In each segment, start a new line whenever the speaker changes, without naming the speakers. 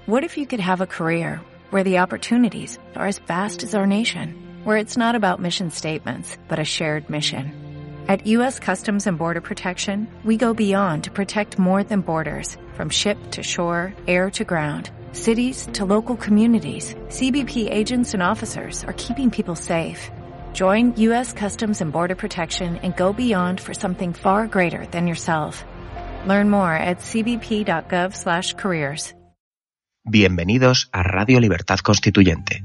What if you could have a career where the opportunities are as vast as our nation, where it's not about mission statements, but a shared mission? At U.S. Customs and Border Protection, we go beyond to protect more than borders, from ship to shore, air to ground, cities to local communities. CBP agents and officers are keeping people safe. Join U.S. Customs and Border Protection and go beyond for something far greater than yourself. Learn more at cbp.gov/careers.
Bienvenidos a Radio Libertad Constituyente.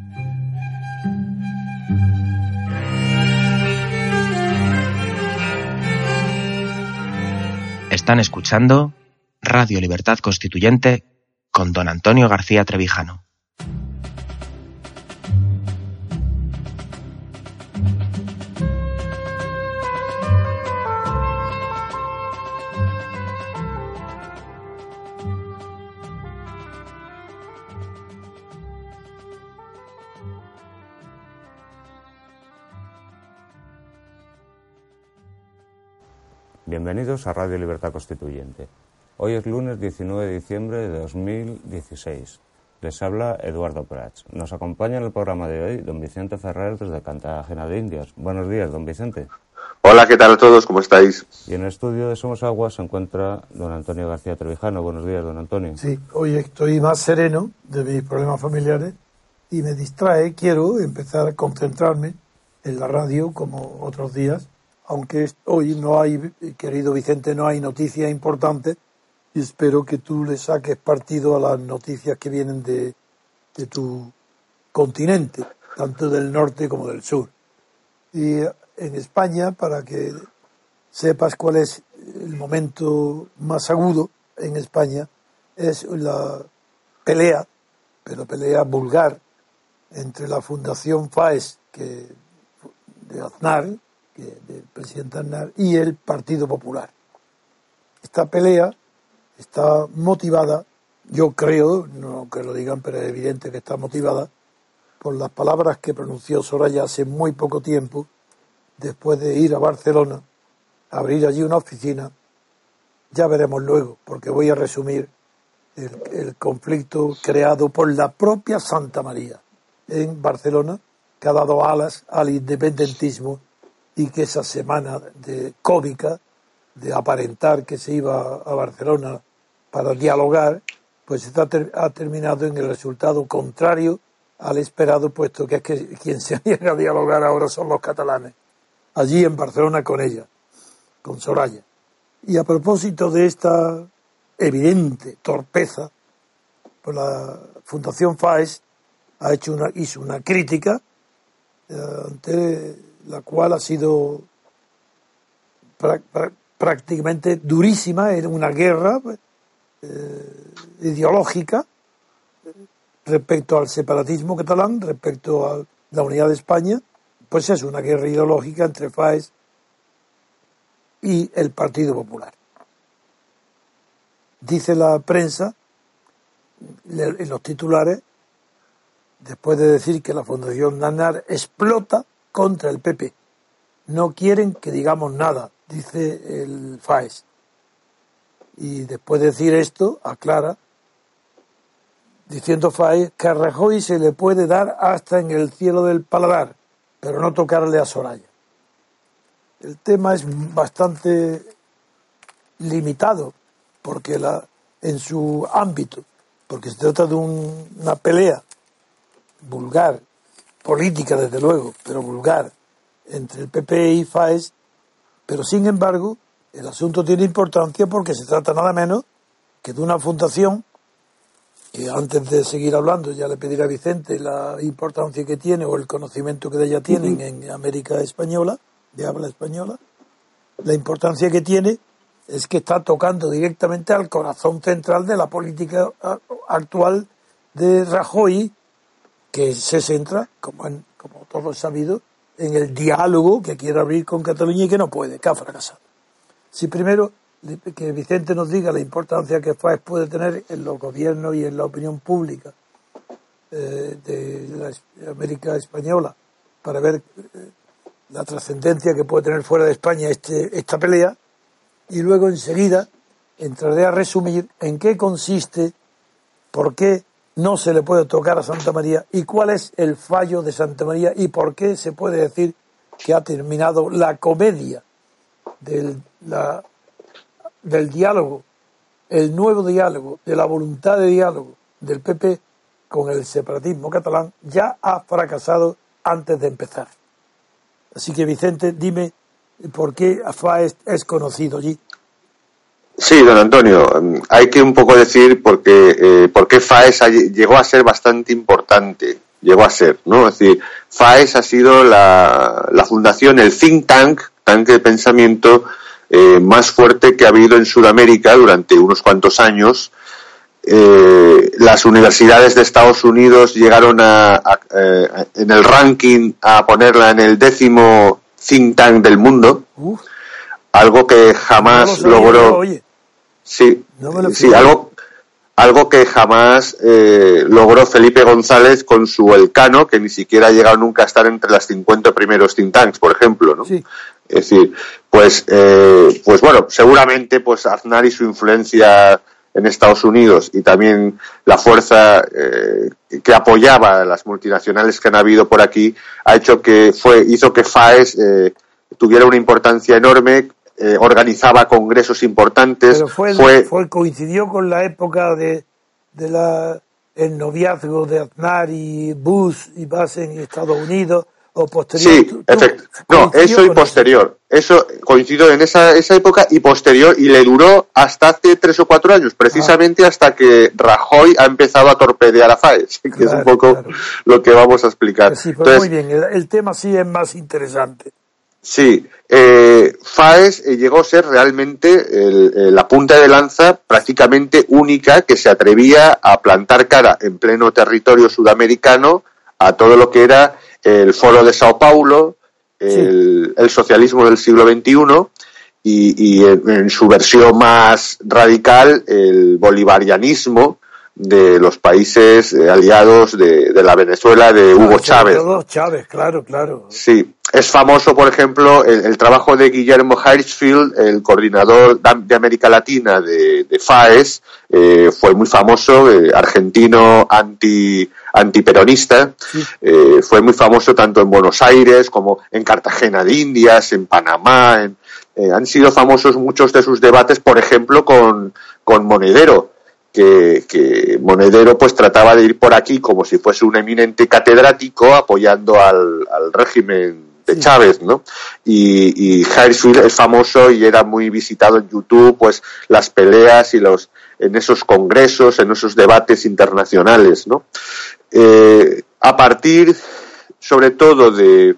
Están escuchando Radio Libertad Constituyente con don Antonio García Trevijano.
Bienvenidos a Radio Libertad Constituyente. Hoy es lunes 19 de diciembre de 2016. Les habla Eduardo Prats. Nos acompaña en el programa de hoy don Vicente Ferrer desde Cartagena de Indias. Buenos días, don Vicente.
Hola, ¿qué tal a todos? ¿Cómo estáis?
Y en el estudio de Somos Agua se encuentra don Antonio García Trevijano. Buenos días, don Antonio.
Sí, hoy estoy más sereno de mis problemas familiares y me distrae. Quiero empezar a concentrarme en la radio como otros días. Aunque hoy no hay, querido Vicente, no hay noticias importantes, y espero que tú le saques partido a las noticias que vienen de tu continente, tanto del norte como del sur. Y en España, para que sepas cuál es el momento más agudo en España, es la pelea, pero pelea vulgar, entre la Fundación FAES de Aznar, del presidente Aznar, y el Partido Popular. Esta pelea está motivada, yo creo, no que lo digan, pero es evidente que está motivada por las palabras que pronunció Soraya hace muy poco tiempo, después de ir a Barcelona, a abrir allí una oficina. Ya veremos luego, porque voy a resumir el conflicto creado por la propia Santa María en Barcelona, que ha dado alas al independentismo, y que esa semana cómica de aparentar que se iba a Barcelona para dialogar, pues ha terminado en el resultado contrario al esperado, puesto que es que quien se niega a dialogar ahora son los catalanes, allí en Barcelona con ella, con Soraya. Y a propósito de esta evidente torpeza, pues la Fundación FAES hizo una crítica ante la cual ha sido prácticamente durísima, en una guerra ideológica respecto al separatismo catalán, respecto a la unidad de España. Pues es una guerra ideológica entre FAES y el Partido Popular. Dice la prensa, en los titulares, después de decir que la Fundación Aznar explota contra el PP. No quieren que digamos nada, dice el FAES. Y después de decir esto, aclara, diciendo FAES, que a Rajoy se le puede dar hasta en el cielo del paladar, pero no tocarle a Soraya. El tema es bastante limitado, porque en su ámbito, porque se trata de una pelea vulgar, política desde luego, pero vulgar, entre el PP y FAES, pero sin embargo el asunto tiene importancia porque se trata nada menos que de una fundación que, antes de seguir hablando, ya le pediré a Vicente la importancia que tiene o el conocimiento que de ella tienen en América Española, de habla española. La importancia que tiene es que está tocando directamente al corazón central de la política actual de Rajoy, que se centra, como todos sabido, en el diálogo que quiere abrir con Cataluña y que no puede, que ha fracasado. Si primero que Vicente nos diga la importancia que FAES puede tener en los gobiernos y en la opinión pública de la América Española, para ver la trascendencia que puede tener fuera de España esta pelea, y luego enseguida entraré a resumir en qué consiste ¿Por qué no se le puede tocar a Santa María? ¿Y cuál es el fallo de Santa María? ¿Y por qué se puede decir que ha terminado la comedia del diálogo, el nuevo diálogo, de la voluntad de diálogo del PP con el separatismo catalán? Ya ha fracasado antes de empezar. Así que, Vicente, dime por qué Faes es conocido allí.
Sí, don Antonio, hay que un poco decir por qué Faes llegó a ser bastante importante, ¿no? Es decir, Faes ha sido la fundación, el think tank, tanque de pensamiento más fuerte que ha habido en Sudamérica durante unos cuantos años. Las universidades de Estados Unidos llegaron en el ranking a ponerla en el 10º think tank del mundo, algo que jamás logró. Sí, sí, algo que jamás logró Felipe González con su Elcano, que ni siquiera ha llegado nunca a estar entre las 50 primeros think tanks, por ejemplo, ¿no? Sí. Es decir, pues bueno, seguramente pues Aznar y su influencia en Estados Unidos y también la fuerza que apoyaba a las multinacionales que han habido por aquí hizo que Faes tuviera una importancia enorme. Organizaba congresos importantes.
Pero coincidió con la época de el noviazgo de Aznar y Bush y Base en Estados Unidos, o posterior.
Sí, no, eso y posterior. Eso coincidió en esa época y posterior, y le duró hasta hace 3 o 4 años, precisamente hasta que Rajoy ha empezado a torpedear a Faes, que es un poco lo que vamos a explicar.
Sí, pues entonces, muy bien, el tema sí es más interesante.
Sí, Faes llegó a ser realmente la punta de lanza prácticamente única que se atrevía a plantar cara en pleno territorio sudamericano a todo lo que era el Foro de Sao Paulo, el socialismo del siglo XXI y en su versión más radical el bolivarianismo de los países aliados de la Venezuela de Hugo Chávez.
Chávez, claro.
Sí, es famoso, por ejemplo, el trabajo de Guillermo Hirschfeld, el coordinador de América Latina de Faes, fue muy famoso, argentino antiperonista, fue muy famoso tanto en Buenos Aires como en Cartagena de Indias, en Panamá, han sido famosos muchos de sus debates, por ejemplo, con Monedero, que Monedero pues trataba de ir por aquí como si fuese un eminente catedrático apoyando al régimen de Chávez, ¿no? Y Hirschfeld es famoso y era muy visitado en YouTube, pues las peleas en esos congresos, en esos debates internacionales, ¿no? A partir, sobre todo, de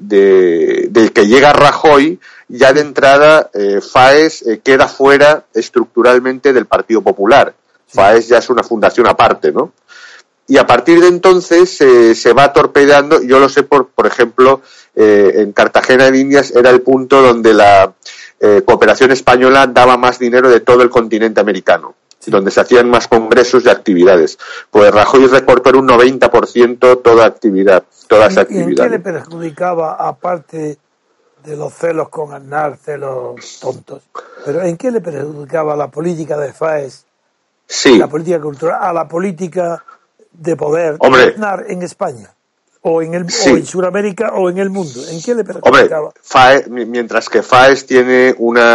que llega Rajoy, ya de entrada Faes queda fuera estructuralmente del Partido Popular. Faes ya es una fundación aparte, ¿no? Y a partir de entonces se va torpedeando. Yo lo sé por ejemplo, en Cartagena de Indias era el punto donde la cooperación española daba más dinero de todo el continente americano, donde se hacían más congresos y actividades. Pues Rajoy recortó en un 90% toda esa actividad.
¿Y en qué le perjudicaba, aparte de los celos con Aznar, celos tontos, pero en qué le perjudicaba la política de Faes, la política cultural, a la política de poder de Aznar en España? O en Sudamérica o en el mundo. ¿En qué le perjudicaba?
Mientras que Faes tiene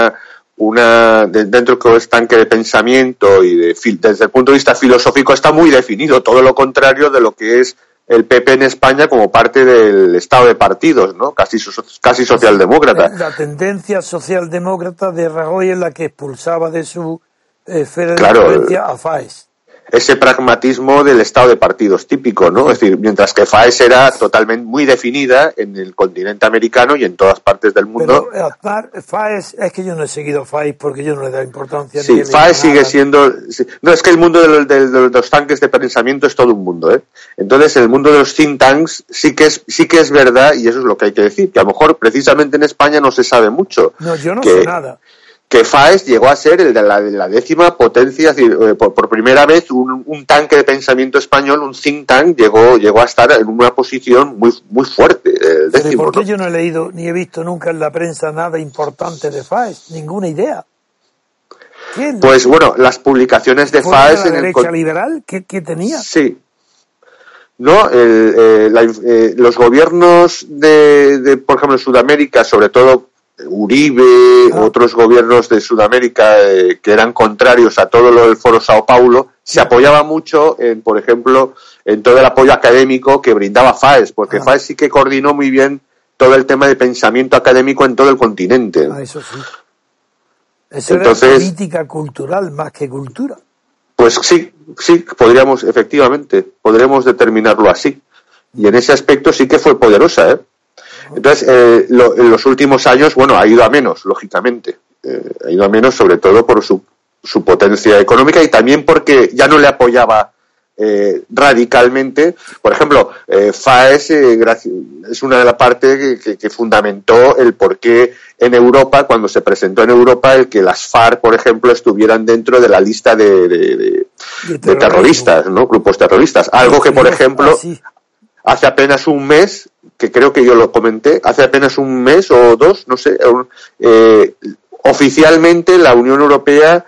dentro que es tanque de pensamiento y desde el punto de vista filosófico está muy definido, todo lo contrario de lo que es el PP en España como parte del estado de partidos, ¿no? Casi socialdemócrata.
La tendencia socialdemócrata de Rajoy es la que expulsaba de su esfera de influencia a Faes.
Ese pragmatismo del estado de partidos típico, ¿no? Es decir, mientras que Faes era totalmente muy definida en el continente americano y en todas partes del mundo.
Pero Faes, es que yo no he seguido Faes porque yo no le he dado importancia.
Sí, Faes sigue siendo. No, es que el mundo de los tanques de pensamiento es todo un mundo, ¿eh? Entonces, el mundo de los think tanks sí que es verdad, y eso es lo que hay que decir, que a lo mejor precisamente en España no se sabe mucho.
No, yo no sé nada.
Que Faes llegó a ser el de la 10ª potencia, es decir, por primera vez un tanque de pensamiento español, un think tank, llegó a estar en una posición muy, muy fuerte.
Pero ¿por qué yo no he leído ni he visto nunca en la prensa nada importante de Faes? Ninguna idea. ¿Quién?
Pues bueno, las publicaciones de Faes
¿La
en
derecha liberal? ¿Qué tenía?
Sí. No, los gobiernos de, por ejemplo, en Sudamérica, sobre todo Uribe, otros gobiernos de Sudamérica que eran contrarios a todo lo del Foro Sao Paulo, se apoyaba mucho en, por ejemplo, en todo el apoyo académico que brindaba Faes, porque Faes sí que coordinó muy bien todo el tema de pensamiento académico en todo el continente.
Eso sí. Eso
Entonces,
era política cultural más que cultura.
Pues sí, podríamos determinarlo así. Y en ese aspecto sí que fue poderosa, ¿eh? Entonces, en los últimos años, bueno, ha ido a menos, lógicamente. Ha ido a menos sobre todo por su potencia económica y también porque ya no le apoyaba radicalmente. Por ejemplo, Faes es una de las partes que fundamentó el por qué en Europa, cuando se presentó en Europa, el que las FARC, por ejemplo, estuvieran dentro de la lista de terroristas, ¿no? Grupos terroristas. Algo que, por ejemplo, hace apenas un mes, que creo que yo lo comenté, hace apenas un mes o dos, no sé, oficialmente la Unión Europea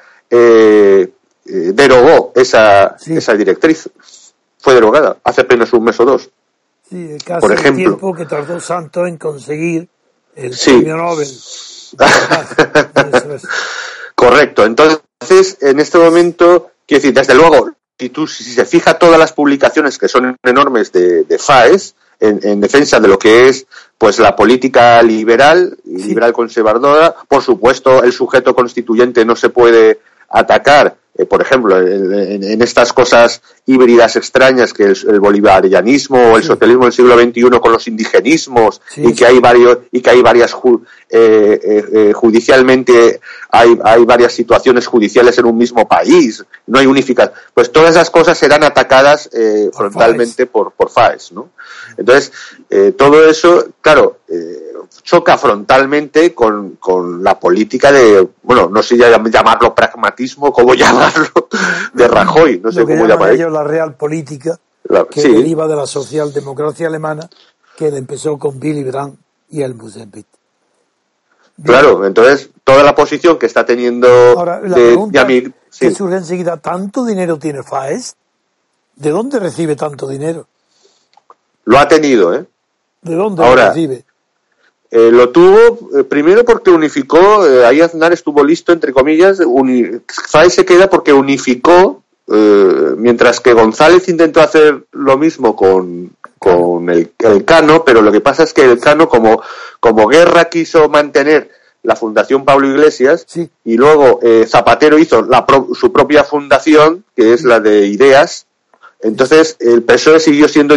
derogó esa directriz. Fue derogada hace apenas un mes o dos.
Sí, casi
por ejemplo,
el tiempo que tardó Santos en conseguir el premio Nobel. Eso es.
Correcto. Entonces, en este momento, quiero decir, desde luego, si se fija todas las publicaciones que son enormes de Faes en defensa de lo que es pues la política liberal conservadora, por supuesto el sujeto constituyente no se puede atacar, por ejemplo, en estas cosas híbridas extrañas que es el bolivarianismo o el socialismo del siglo XXI con los indigenismos y que hay varias judicialmente hay varias situaciones judiciales en un mismo país, no hay unificación, pues todas esas cosas serán atacadas frontalmente por Faes, ¿no? Entonces, todo eso, claro, choca frontalmente con la política de, bueno, no sé llamarlo pragmatismo, cómo llamarlo, de Rajoy, no sé cómo llamarlo.
Ellos la real política que deriva de la socialdemocracia alemana, que empezó con Willy Brandt y Helmut Schmidt.
Claro, entonces toda la posición que está teniendo
ahora, la pregunta que surge enseguida, ¿tanto dinero tiene Faes? ¿De dónde recibe tanto dinero?
Lo ha tenido, ¿eh?
¿De dónde lo recibe?
Lo tuvo primero porque unificó, ahí Aznar estuvo listo, entre comillas, Faes se queda porque unificó, mientras que González intentó hacer lo mismo con el Cano, pero lo que pasa es que el Cano, como Guerra quiso mantener la Fundación Pablo Iglesias, y luego Zapatero hizo su propia fundación, que es la de Ideas, entonces el PSOE siguió siendo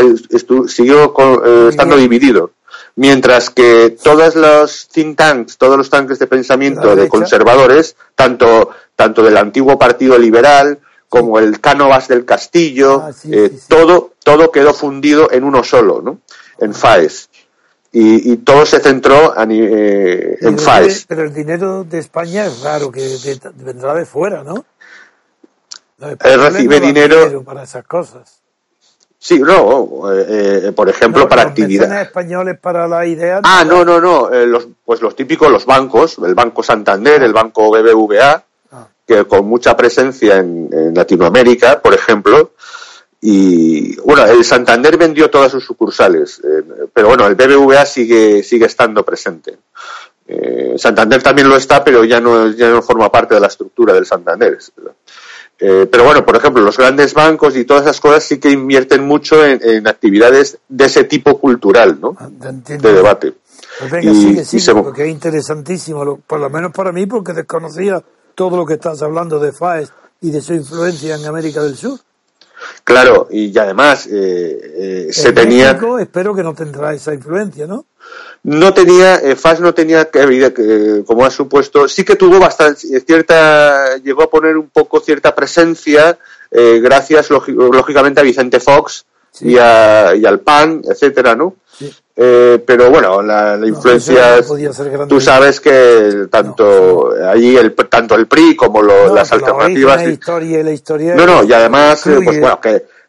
estando dividido. Mientras que todos los think tanks, todos los tanques de pensamiento de conservadores, tanto del antiguo Partido Liberal como el Cánovas del Castillo, todo quedó fundido en uno solo, ¿no? En Faes. Y todo se centró en Faes.
Pero el dinero de España es raro, que vendrá de fuera, ¿no?
Recibe dinero
para esas cosas.
Sí, por ejemplo, para actividades
españoles para la idea.
Los típicos, los bancos, el Banco Santander, el Banco BBVA, que con mucha presencia en Latinoamérica, por ejemplo, y bueno, el Santander vendió todas sus sucursales, pero bueno, el BBVA sigue estando presente. Santander también lo está, pero ya no forma parte de la estructura del Santander. Pero bueno, por ejemplo, los grandes bancos y todas esas cosas sí que invierten mucho en actividades de ese tipo cultural, ¿no? De debate.
Pues venga, sigue, porque es interesantísimo, por lo menos para mí, porque desconocía todo lo que estás hablando de Faes y de su influencia en América del Sur.
Claro, y además México,
espero que no tendrá esa influencia, ¿no?
Faes no tenía, como has supuesto, sí que tuvo llegó a poner un poco cierta presencia, gracias lógicamente a Vicente Fox y al PAN, etcétera, ¿no? Sí. Pero bueno, la influencia, tú sabes que allí tanto el PRI como las alternativas.
La historia
y además, pues bueno,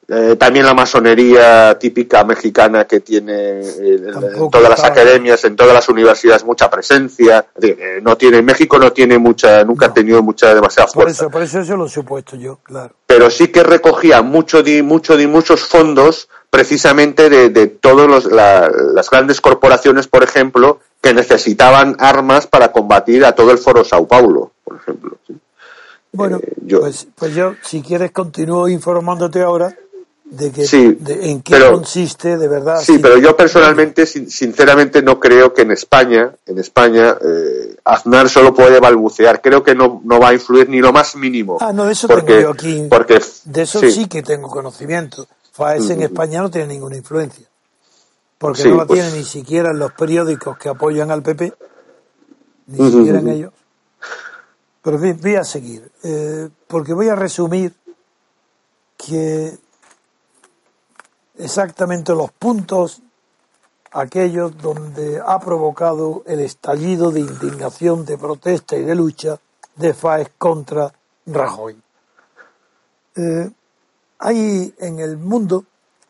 También la masonería típica mexicana que tiene en todas las academias, en todas las universidades, mucha presencia. No tiene, México no tiene mucha, nunca ha tenido demasiada fuerza.
Por eso lo he supuesto yo, claro.
Pero sí que recogía muchos fondos, precisamente de todas las grandes corporaciones, por ejemplo, que necesitaban armas para combatir a todo el Foro Sao Paulo, por ejemplo. ¿Sí?
Bueno, pues yo, si quieres, continúo informándote ahora de que en qué consiste de verdad.
Sí, pero yo personalmente, sinceramente, no creo que en España, Aznar solo puede balbucear. Creo que no va a influir ni lo más mínimo.
No, de eso tengo yo aquí. De eso sí que tengo conocimiento. FAES en España no tiene ninguna influencia. Porque no la tiene ni siquiera en los periódicos que apoyan al PP, ni siquiera en ellos. Pero voy a seguir, porque voy a resumir que exactamente los puntos aquellos donde ha provocado el estallido de indignación, de protesta y de lucha de FAES contra Rajoy. Hay en el mundo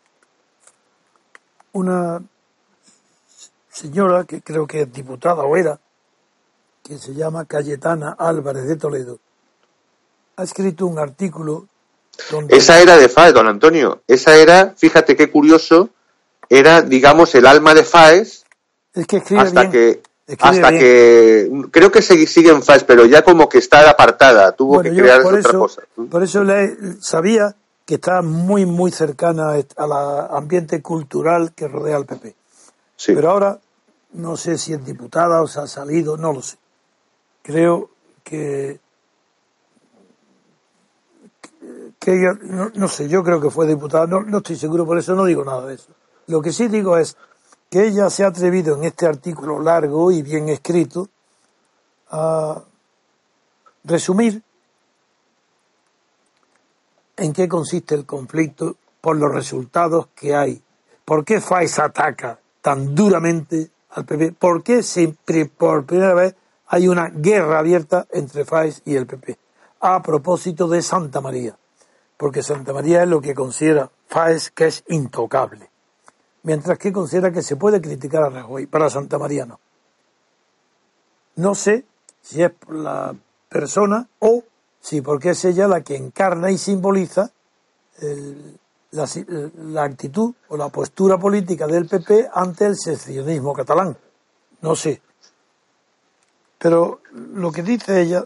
una señora que creo que es diputada o era, que se llama Cayetana Álvarez de Toledo, ha escrito un artículo donde...
Esa era de FAES, don Antonio. Esa era, fíjate qué curioso, era, digamos, el alma de FAES.
Es que escribe
hasta
bien.
Que creo que sigue en FAES, pero ya como que está apartada, tuvo que crear otra cosa.
Por eso sabía que está muy, muy cercana al ambiente cultural que rodea al PP. Sí. Pero ahora no sé si es diputada o se ha salido, no lo sé. Creo que ella, no sé, yo creo que fue diputada, no estoy seguro, por eso no digo nada de eso. Lo que sí digo es que ella se ha atrevido en este artículo largo y bien escrito a resumir en qué consiste el conflicto por los resultados que hay. ¿Por qué FAES ataca tan duramente al PP? ¿Por qué por primera vez hay una guerra abierta entre FAES y el PP? A propósito de Santa María. Porque Santa María es lo que considera FAES que es intocable. Mientras que considera que se puede criticar a Rajoy. Para Santa María no. No sé si es por la persona o si porque es ella la que encarna y simboliza la actitud o la postura política del PP ante el secesionismo catalán. No sé. Pero lo que dice ella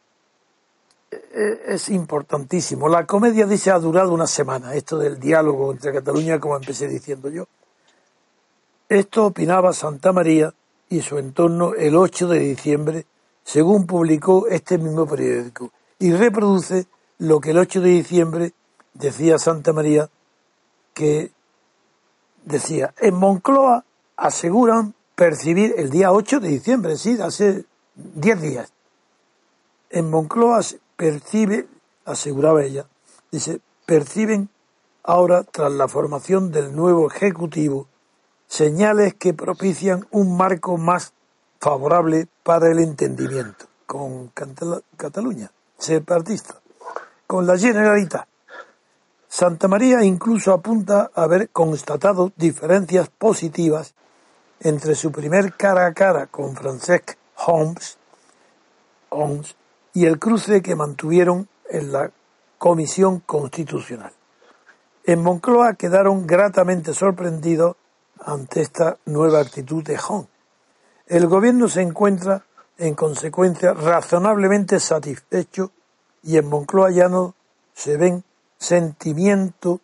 es importantísimo. La comedia dice ha durado una semana, esto del diálogo entre Cataluña, como empecé diciendo yo. Esto opinaba Santa María y su entorno el 8 de diciembre, según publicó este mismo periódico, y reproduce lo que el 8 de diciembre decía Santa María, que decía, en Moncloa aseguran percibir el día 8 de diciembre, sí, hace 10 días. En Moncloa aseguraba ella, dice, perciben ahora, tras la formación del nuevo Ejecutivo, señales que propician un marco más favorable para el entendimiento con Cataluña, separatista, con la Generalitat. Santa María incluso apunta a haber constatado diferencias positivas entre su primer cara a cara con Francesc Homs y el cruce que mantuvieron en la Comisión Constitucional. En Moncloa quedaron gratamente sorprendidos ante esta nueva actitud de Homs. El gobierno se encuentra, en consecuencia, razonablemente satisfecho y en Moncloa ya no se ven sentimiento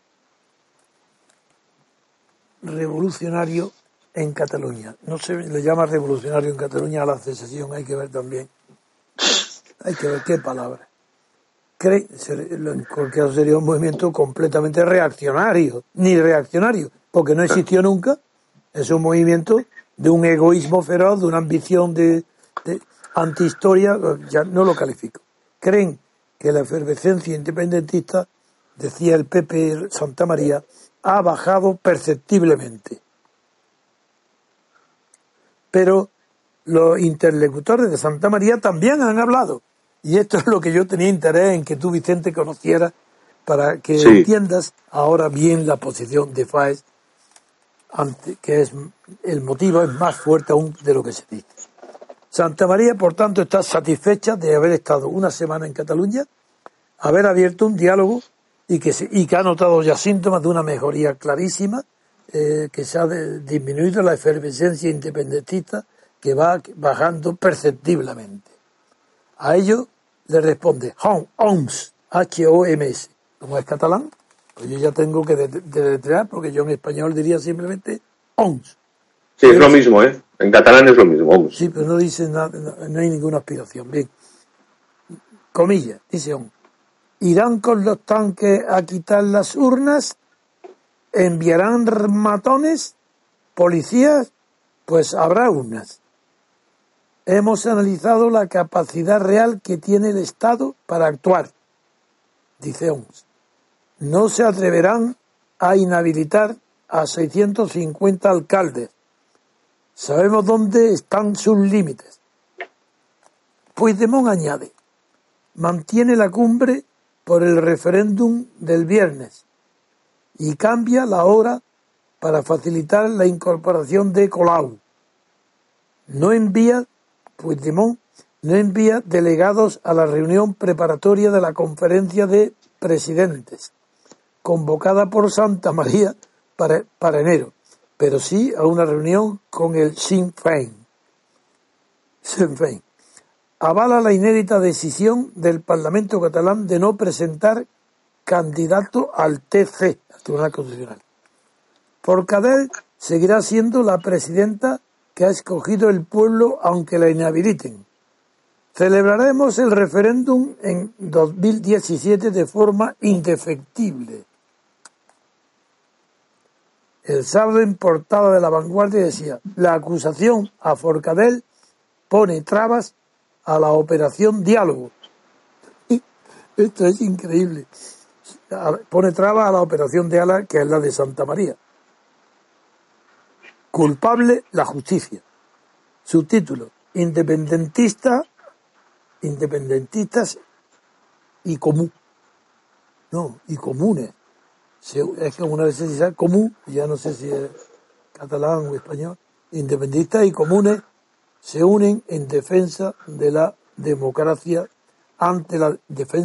revolucionario en Cataluña. No se le llama revolucionario en Cataluña a la secesión, hay que ver también. Hay que ver qué palabra. En cualquier caso sería un movimiento completamente reaccionario, ni reaccionario, porque no existió nunca. Es un movimiento de un egoísmo feroz, de una ambición de antihistoria, ya no lo califico. Creen que la efervescencia independentista, decía el PP Santa María, ha bajado perceptiblemente. Pero los interlocutores de Santa María también han hablado. Y esto es lo que yo tenía interés en que tú, Vicente, conocieras para que
Sí.
entiendas ahora bien la posición de Faes, que es el motivo es más fuerte aún de lo que se dice. Santamaría, por tanto, está satisfecha de haber estado una semana en Cataluña, haber abierto un diálogo y que ha notado ya síntomas de una mejoría clarísima, que se ha disminuido la efervescencia independentista, que va bajando perceptiblemente. A ello le responde HOMS, H-O-M-S. Como es catalán, pues yo ya tengo que deletrear, porque yo en español diría simplemente OMS.
Sí, es lo mismo, ¿eh? En catalán es lo mismo, OMS.
Sí, pero no dice nada, no hay ninguna aspiración. Bien. Comillas, dice OMS. Irán con los tanques a quitar las urnas, enviarán matones, policías, pues habrá urnas. Hemos analizado la capacidad real que tiene el Estado para actuar, dice OMS. No se atreverán a inhabilitar a 650 alcaldes. Sabemos dónde están sus límites. Puigdemont añade, mantiene la cumbre por el referéndum del viernes y cambia la hora para facilitar la incorporación de Colau. Puigdemont no envía delegados a la reunión preparatoria de la conferencia de presidentes, convocada por Santamaría para enero, pero sí a una reunión con el Sinn Féin. Avala la inédita decisión del Parlamento catalán de no presentar candidato al TC, al Tribunal Constitucional. Forcadell seguirá siendo la presidenta que ha escogido el pueblo aunque la inhabiliten. Celebraremos el referéndum en 2017 de forma indefectible. El sábado en portada de La Vanguardia decía, la acusación a Forcadell pone trabas a la operación Diálogo. Esto es increíble. Pone trabas a la operación Diálogo, que es la de Santamaría. Culpable la justicia. Subtítulo, independentistas y común. No, y comunes. Es que una vez se dice común, ya no sé si es catalán o español, independentistas y comunes se unen en defensa de la democracia, ante la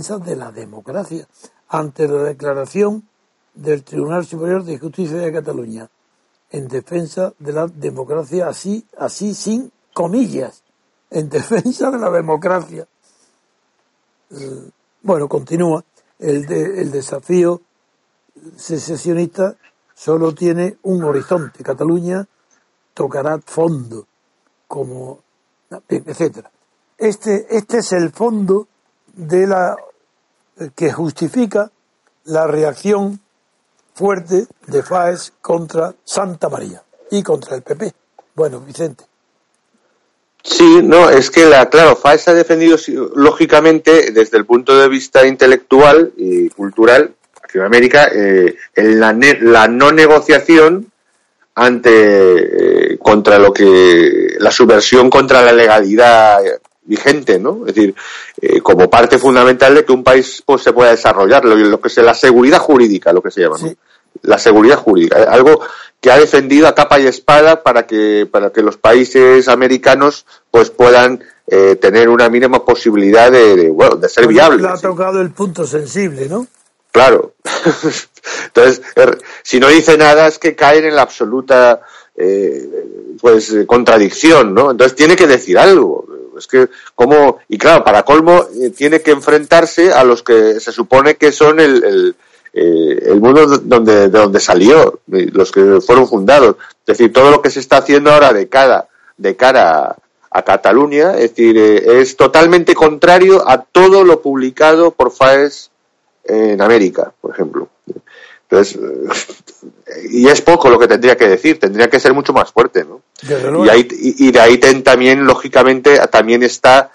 declaración del Tribunal Superior de Justicia de Cataluña, en defensa de la democracia, así sin comillas, en defensa de la democracia. Bueno, continúa, el desafío secesionista solo tiene un horizonte. Cataluña tocará fondo, como etcétera. Este es el fondo de que justifica la reacción fuerte de Faes contra Santamaría y contra el PP. Bueno, Vicente.
Sí, no, es que claro, Faes ha defendido lógicamente desde el punto de vista intelectual y cultural aquí en América la no negociación contra la subversión contra la legalidad vigente, ¿no? Es decir, como parte fundamental de que un país pues se pueda desarrollar, lo que es la seguridad jurídica, lo que se llama, ¿no? Sí. La seguridad jurídica, algo que ha defendido a capa y espada para que los países americanos pues puedan tener una mínima posibilidad de ser viables.
Le ha tocado el punto sensible, ¿no?
Claro. Entonces, si no dice nada es que caen en la absoluta contradicción, ¿no? Entonces tiene que decir algo. Es que y claro, para colmo tiene que enfrentarse a los que se supone que son el mundo de donde salió, los que fueron fundados. Es decir, todo lo que se está haciendo ahora de cara a Cataluña, es decir, es totalmente contrario a todo lo publicado por Faes en América, por ejemplo. Entonces, y es poco lo que tendría que decir, tendría que ser mucho más fuerte, ¿no? Y de ahí también, lógicamente, también está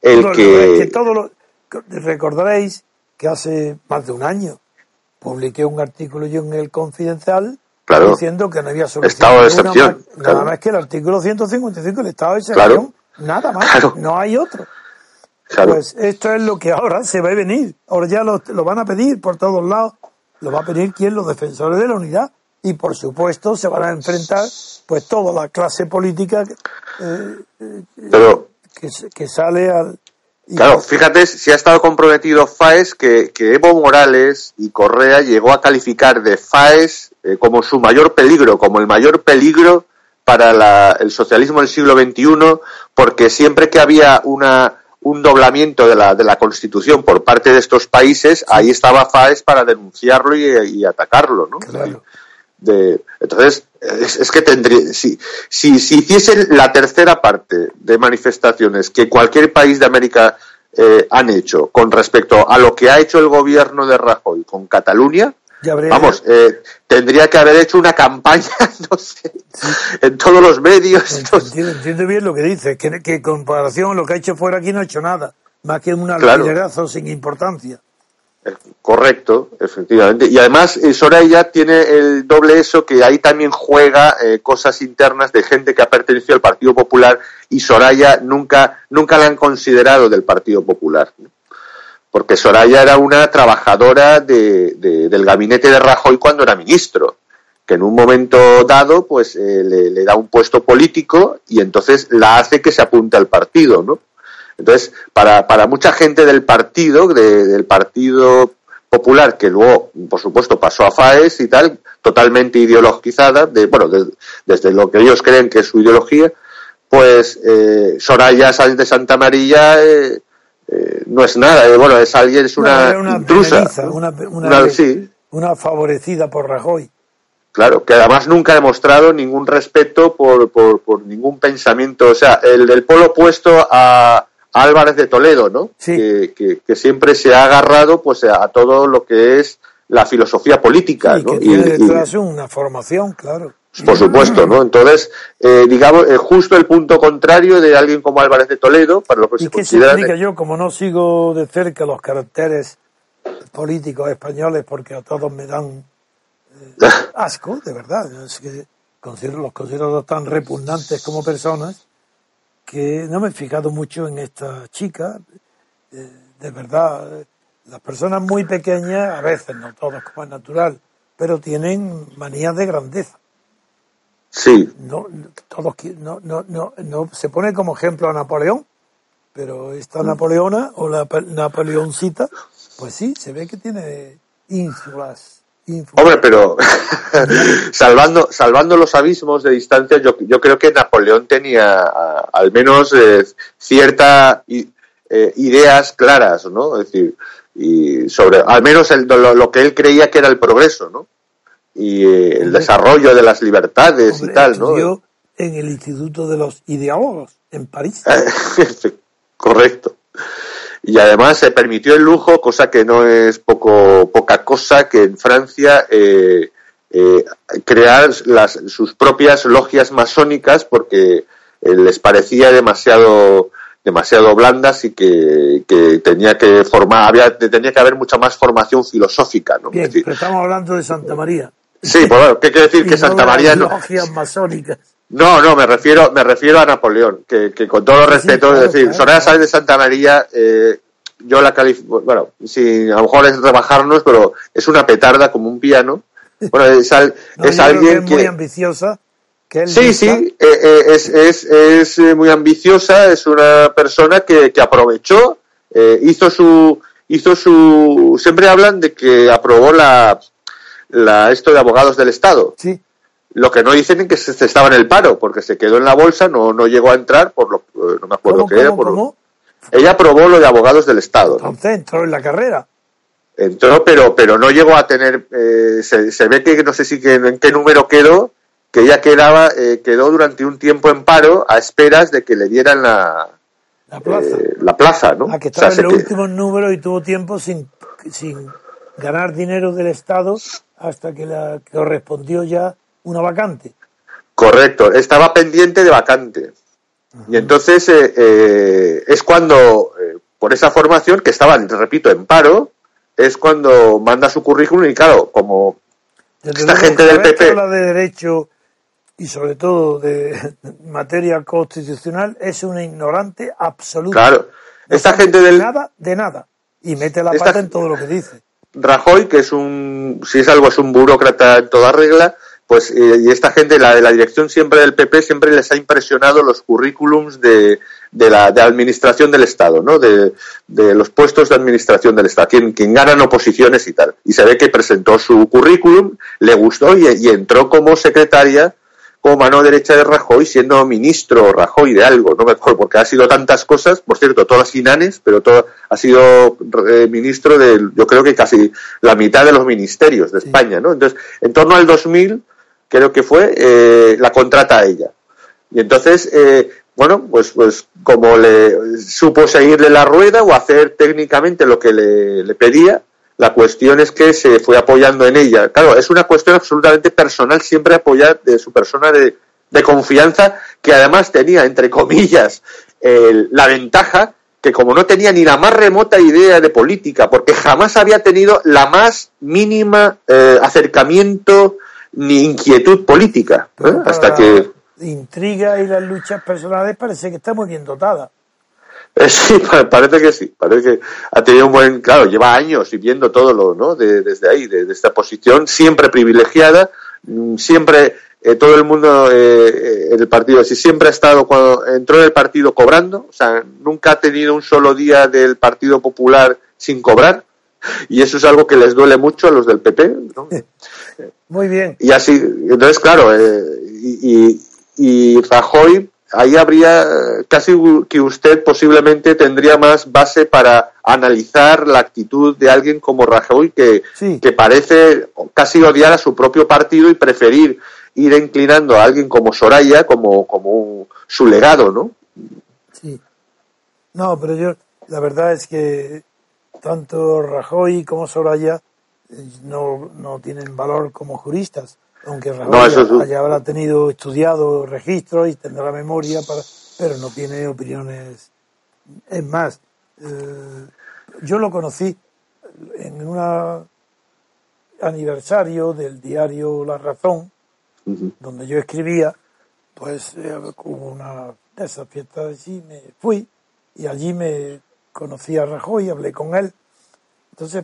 recordaréis que hace más de un año publiqué un artículo yo en el Confidencial, claro, diciendo que no había solución.
Estado de excepción.
Nada más que el artículo 155, el estado de excepción, claro, nada más, claro. No hay otro.
Claro.
Pues esto es lo que ahora se va a venir. Ahora ya lo van a pedir por todos lados. Lo va a pedir ¿quién? Los defensores de la unidad. Y por supuesto se van a enfrentar pues toda la clase política
Pero,
que sale al...
claro, fíjate si ha estado comprometido Faes que Evo Morales y Correa llegó a calificar de Faes como su mayor peligro, como el mayor peligro para el socialismo del siglo XXI, porque siempre que había un doblamiento de la Constitución por parte de estos países, ahí estaba Faes para denunciarlo y atacarlo, ¿no?
Claro.
Entonces, es que tendría, si hiciesen la tercera parte de manifestaciones que cualquier país de América han hecho con respecto a lo que ha hecho el gobierno de Rajoy con Cataluña, vamos, tendría que haber hecho una campaña, no sé, en todos los medios.
Entiendo bien lo que dice, que en comparación con lo que ha hecho fuera aquí no ha hecho nada, más que un alfileраzo sin importancia.
Correcto, efectivamente. Y además Soraya tiene el doble eso, que ahí también juega cosas internas de gente que ha pertenecido al Partido Popular, y Soraya nunca la han considerado del Partido Popular, ¿no? Porque Soraya era una trabajadora del gabinete de Rajoy cuando era ministro, que en un momento dado pues le da un puesto político y entonces la hace que se apunte al partido, ¿no? Entonces, para mucha gente del Partido Popular, que luego, por supuesto, pasó a Faes y tal, totalmente ideologizada, desde lo que ellos creen que es su ideología, pues Soraya Sáenz de Santamaría no es nada, es una intrusa.
Una favorecida por Rajoy.
Claro, que además nunca ha demostrado ningún respeto por ningún pensamiento, o sea, el polo opuesto a Álvarez de Toledo, ¿no?
Sí.
Que siempre se ha agarrado pues a todo lo que es la filosofía política,
sí,
¿no?
Que tiene detrás una formación, claro.
Por supuesto, ¿no? Entonces, digamos, justo el punto contrario de alguien como Álvarez de Toledo, para lo que se considera...
¿Y qué se explica? Yo, como no sigo de cerca los caracteres políticos españoles, porque a todos me dan asco, de verdad, es que los considero tan repugnantes como personas, que no me he fijado mucho en esta chica. De verdad, las personas muy pequeñas, a veces, no todos como es natural, pero tienen manías de grandeza.
Sí.
No se pone como ejemplo a Napoleón, pero esta Napoleona o la Napoleoncita, pues sí, se ve que tiene ínfulas.
Hombre, pero salvando los abismos de distancia, yo creo que Napoleón tenía al menos ciertas ideas claras, ¿no? Es decir, y sobre al menos lo que él creía que era el progreso, ¿no? Y el desarrollo de las libertades y tal, ¿no?
Estudió en el Instituto de los Ideólogos en París.
Correcto. Y además se permitió el lujo, cosa que no es poca cosa, que en Francia crear sus propias logias masónicas porque les parecía demasiado blandas y que tenía que haber mucha más formación filosófica, ¿no?
Bien, pero estamos hablando de Santa María.
Sí, pues bueno, ¿qué quiere decir que Santa María no?
Logias masónicas.
No, me refiero a Napoleón, que con todo los respetos, claro, es decir, Soraya Sáenz de Santa María, yo la califico, bueno, si a lo mejor es rebajarnos, pero es una petarda como un piano. Bueno, es alguien
que es muy ambiciosa.
Sí, es muy ambiciosa, es una persona que aprovechó, siempre hablan de que aprobó esto de abogados del Estado.
Sí.
Lo que no dicen es que se estaba en el paro, porque se quedó en la bolsa, no llegó a entrar, no me acuerdo qué era.
¿Cómo?
Ella aprobó lo de abogados del Estado.
Entonces entró en la carrera.
Entró, pero no llegó a tener, se ve que no sé si en qué número quedó, que ella quedó durante un tiempo en paro a esperas de que le dieran la plaza, ¿no?
Que estaba en los últimos números y tuvo tiempo sin ganar dinero del Estado hasta que le correspondió ya una vacante.
Correcto, estaba pendiente de vacante. Uh-huh. Y entonces es cuando, por esa formación, que estaba, repito, en paro, es cuando manda su currículum y claro, como
desde
esta
luego,
gente del PP...
habla de derecho y sobre todo de materia constitucional, es una ignorante absoluta.
Claro, esta gente del...
Nada de nada. Y mete la pata en todo lo que dice.
Rajoy, que es si es algo, es un burócrata en toda regla, pues, y esta gente, la de la dirección siempre del PP, siempre les ha impresionado los currículums de la administración del Estado, ¿no? De los puestos de administración del Estado, quien ganan oposiciones y tal. Y se ve que presentó su currículum, le gustó y entró como secretaria, como mano derecha de Rajoy, siendo ministro Rajoy de algo, no me acuerdo, porque ha sido tantas cosas, por cierto, todas inanes, pero todo ha sido ministro de, yo creo que casi la mitad de los ministerios de España, ¿no? Entonces, en torno al 2000, creo que fue, la contrata a ella. Y entonces, bueno, pues como le supo seguirle la rueda o hacer técnicamente lo que le pedía, la cuestión es que se fue apoyando en ella. Claro, es una cuestión absolutamente personal, siempre apoyar de su persona de confianza, que además tenía, entre comillas, la ventaja que como no tenía ni la más remota idea de política, porque jamás había tenido la más mínima acercamiento ni inquietud política, hasta que...
Intriga y las luchas personales parece que está muy bien dotada.
Sí, parece que sí, parece que ha tenido un buen, claro, lleva años y viendo todo lo, ¿no? Desde ahí, de esta posición, siempre privilegiada, siempre todo el mundo en el partido, sí, siempre ha estado, cuando entró en el partido cobrando, o sea, nunca ha tenido un solo día del Partido Popular sin cobrar, y eso es algo que les duele mucho a los del PP, ¿no?
Muy bien.
Y así, entonces, claro, y Rajoy, ahí habría casi que usted posiblemente tendría más base para analizar la actitud de alguien como Rajoy, que parece casi odiar a su propio partido y preferir ir inclinando a alguien como Soraya como su legado, ¿no?
Sí. No, pero la verdad es que tanto Rajoy como Soraya no tienen valor como juristas. Aunque Rajoy habrá estudiado registros y tendrá la memoria pero no tiene opiniones. Es más, yo lo conocí en un aniversario del diario La Razón, donde yo escribía, pues como una de esas fiestas así, me fui y allí me conocí a Rajoy, hablé con él. Entonces,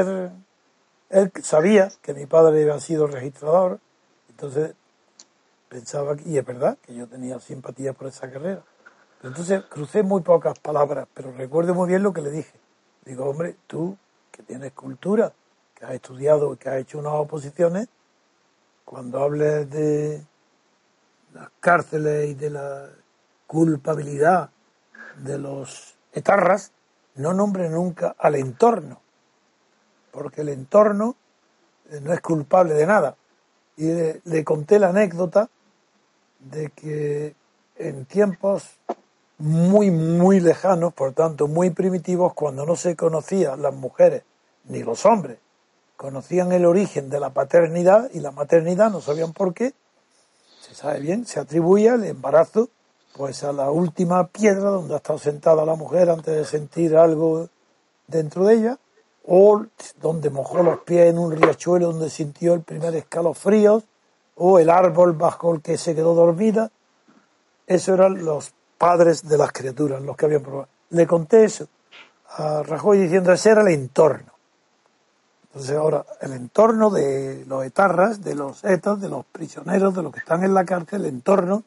él sabía que mi padre había sido registrador. Entonces pensaba, y es verdad, que yo tenía simpatía por esa carrera. Entonces crucé muy pocas palabras, pero recuerdo muy bien lo que le dije. Digo, hombre, tú que tienes cultura, que has estudiado, que has hecho unas oposiciones, cuando hables de las cárceles y de la culpabilidad de los etarras, no nombres nunca al entorno, porque el entorno no es culpable de nada. Y le conté la anécdota de que en tiempos muy, muy lejanos, por tanto muy primitivos, cuando no se conocían las mujeres ni los hombres, conocían el origen de la paternidad y la maternidad, no sabían por qué, se sabe bien, se atribuía el embarazo pues a la última piedra donde ha estado sentada la mujer antes de sentir algo dentro de ella, o donde mojó los pies en un riachuelo donde sintió el primer escalofrío, o el árbol bajo el que se quedó dormida. Esos eran los padres de las criaturas, los que habían probado. Le conté eso a Rajoy diciendo, ese era el entorno. Entonces ahora, el entorno de los etarras, de los etas, de los prisioneros, de los que están en la cárcel, el entorno,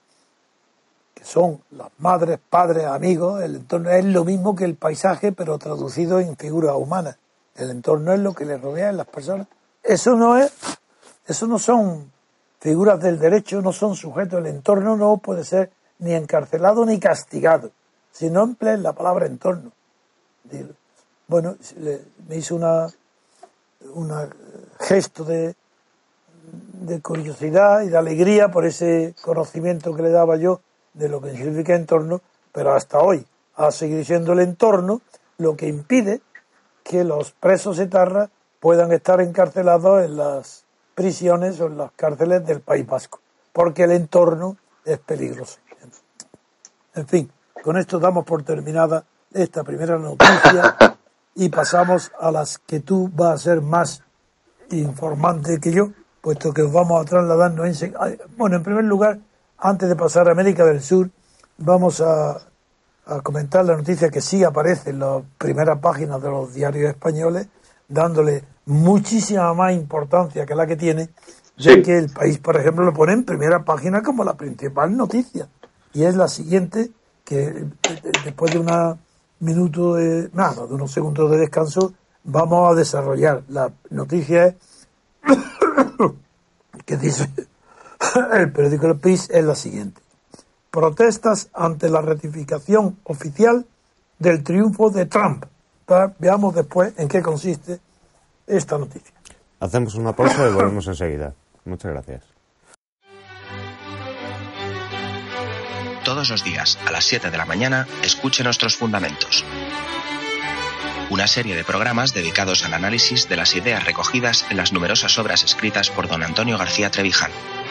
que son las madres, padres, amigos, el entorno es lo mismo que el paisaje, pero traducido en figuras humanas. El entorno es lo que les rodea en las personas. Eso no son figuras del derecho, no son sujetos. El entorno no puede ser ni encarcelado ni castigado, si no emplean la palabra entorno. Bueno, me hizo un gesto de curiosidad y de alegría por ese conocimiento que le daba yo de lo que significa entorno, pero hasta hoy ha seguido siendo el entorno lo que impide que los presos etarras puedan estar encarcelados en las prisiones o en las cárceles del País Vasco, porque el entorno es peligroso. En fin, con esto damos por terminada esta primera noticia y pasamos a las que tú vas a ser más informante que yo, puesto que os vamos a trasladarnos en primer lugar, antes de pasar a América del Sur, vamos a a comentar la noticia que sí aparece en las primeras páginas de los diarios españoles, dándole muchísima más importancia que la que tiene, ya que El País, por ejemplo, lo pone en primera página como la principal noticia. Y es la siguiente, que después de unos segundos de descanso, vamos a desarrollar. La noticia es que dice el periódico El País es la siguiente: protestas ante la ratificación oficial del triunfo de Trump. Veamos después en qué consiste esta noticia.
Hacemos una pausa y volvemos enseguida. Muchas gracias.
Todos los días, a las 7 de la mañana, escuche Nuestros Fundamentos. Una serie de programas dedicados al análisis de las ideas recogidas en las numerosas obras escritas por don Antonio García Treviján.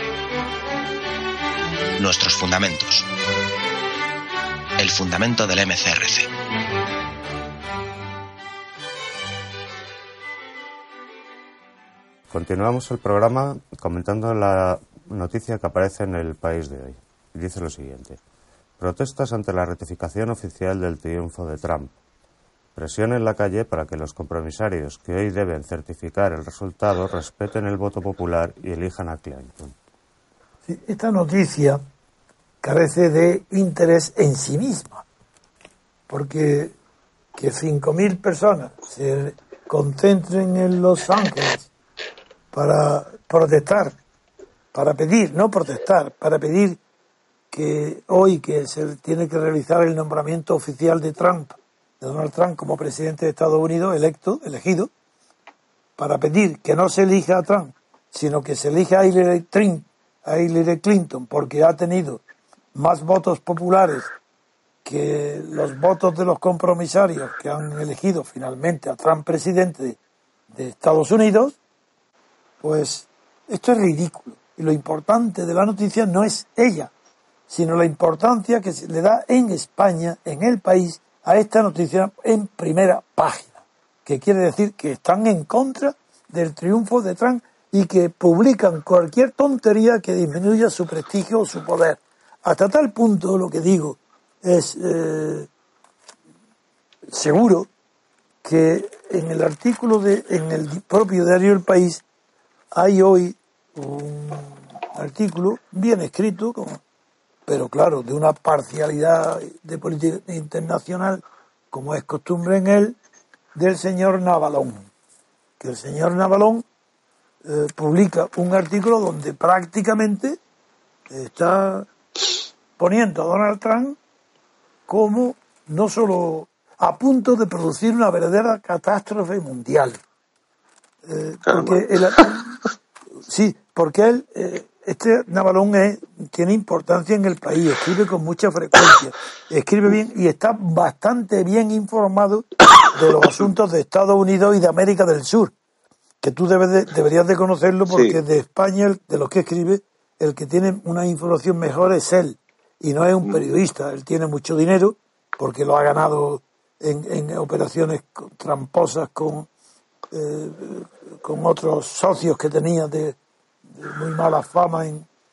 Nuestros Fundamentos. El fundamento del MCRC.
Continuamos el programa comentando la noticia que aparece en El País de hoy. Dice lo siguiente: protestas ante la ratificación oficial del triunfo de Trump. Presión en la calle para que los compromisarios que hoy deben certificar el resultado respeten el voto popular y elijan a Clinton.
Sí, esta noticia carece de interés en sí misma, porque que 5.000 personas se concentren en Los Ángeles para protestar, para pedir que hoy que se tiene que realizar el nombramiento oficial de Donald Trump como presidente de Estados Unidos, elegido, para pedir que no se elija a Trump, sino que se elija a Hillary Clinton, porque ha tenido más votos populares que los votos de los compromisarios que han elegido finalmente a Trump presidente de Estados Unidos. Pues esto es ridículo. Y lo importante de la noticia no es ella, sino la importancia que se le da en España, en El País, a esta noticia en primera página, que quiere decir que están en contra del triunfo de Trump y que publican cualquier tontería que disminuya su prestigio o su poder. Hasta tal punto, lo que digo es seguro que en el artículo en el propio diario El País hay hoy un artículo bien escrito, pero claro, de una parcialidad de política internacional, como es costumbre en él, del señor Navalón. Que el señor Navalón publica un artículo donde prácticamente está poniendo a Donald Trump como no solo a punto de producir una verdadera catástrofe mundial. Porque este Navalón tiene importancia en El País, escribe con mucha frecuencia, escribe bien y está bastante bien informado de los asuntos de Estados Unidos y de América del Sur, que tú deberías de conocerlo porque sí. De España, de los que escribe, el que tiene una información mejor es él, y no es un periodista. Él tiene mucho dinero porque lo ha ganado en operaciones tramposas con otros socios que tenía de muy mala fama,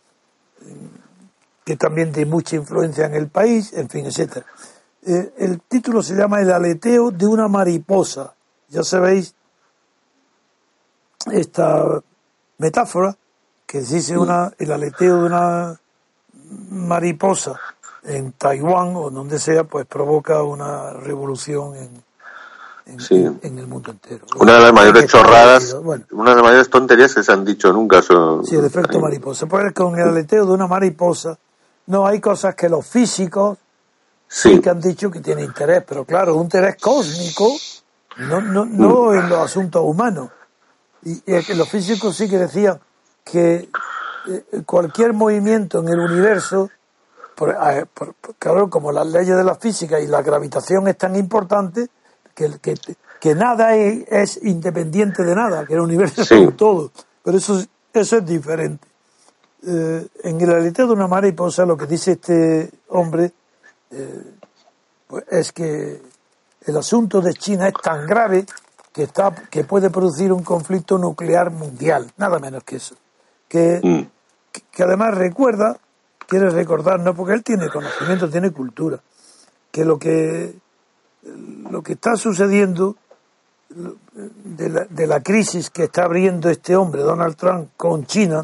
que también tiene mucha influencia en El País, en fin, etcétera. El título se llama El aleteo de una mariposa. Ya sabéis esta metáfora que dice el aleteo de una mariposa en Taiwán o donde sea, pues provoca una revolución en el mundo entero.
Una de las mayores chorradas, una de las mayores tonterías que se han dicho nunca son...
Sí, el efecto mariposa. Pues con el aleteo de una mariposa, no, hay cosas que los físicos sí que han dicho que tiene interés, pero claro, un interés cósmico, no en los asuntos humanos. Y los físicos sí que decían que cualquier movimiento en el universo, claro, como las leyes de la física y la gravitación es tan importante, que nada es independiente de nada, que el universo es un todo, pero eso es diferente. En el aleteo de una mariposa lo que dice este hombre pues es que el asunto de China es tan grave que puede producir un conflicto nuclear mundial, nada menos que eso, que además quiere recordarnos, porque él tiene conocimiento, tiene cultura, que lo que está sucediendo de la crisis que está abriendo este hombre, Donald Trump, con China,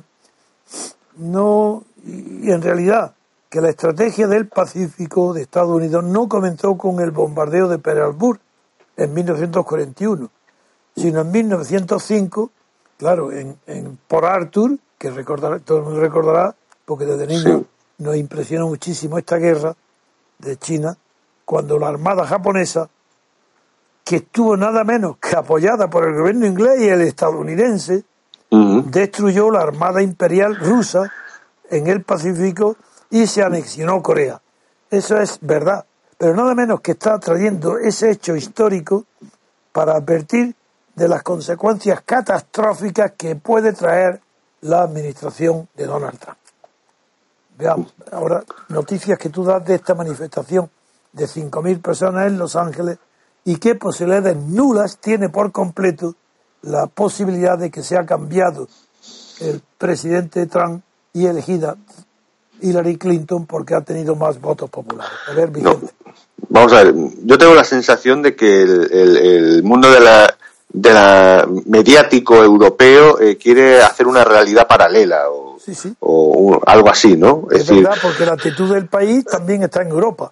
y en realidad que la estrategia del Pacífico de Estados Unidos no comenzó con el bombardeo de Pearl Harbor en 1941, sino en 1905, claro, en Port Arthur, que todo el mundo recordará, porque desde niño nos impresionó muchísimo esta guerra de China, cuando la armada japonesa, que estuvo nada menos que apoyada por el gobierno inglés y el estadounidense, destruyó la armada imperial rusa en el Pacífico y se anexionó Corea. Eso es verdad, pero nada menos que está trayendo ese hecho histórico para advertir de las consecuencias catastróficas que puede traer la administración de Donald Trump. Veamos ahora noticias que tú das de esta manifestación de 5.000 personas en Los Ángeles y qué posibilidades nulas tiene por completo la posibilidad de que sea cambiado el presidente Trump y elegida Hillary Clinton porque ha tenido más votos populares. A ver, Vicente.
No. Vamos a ver, yo tengo la sensación de que el mundo de la mediático europeo quiere hacer una realidad paralela o algo así, ¿no?
Es decir, verdad, porque la actitud del país también está en Europa.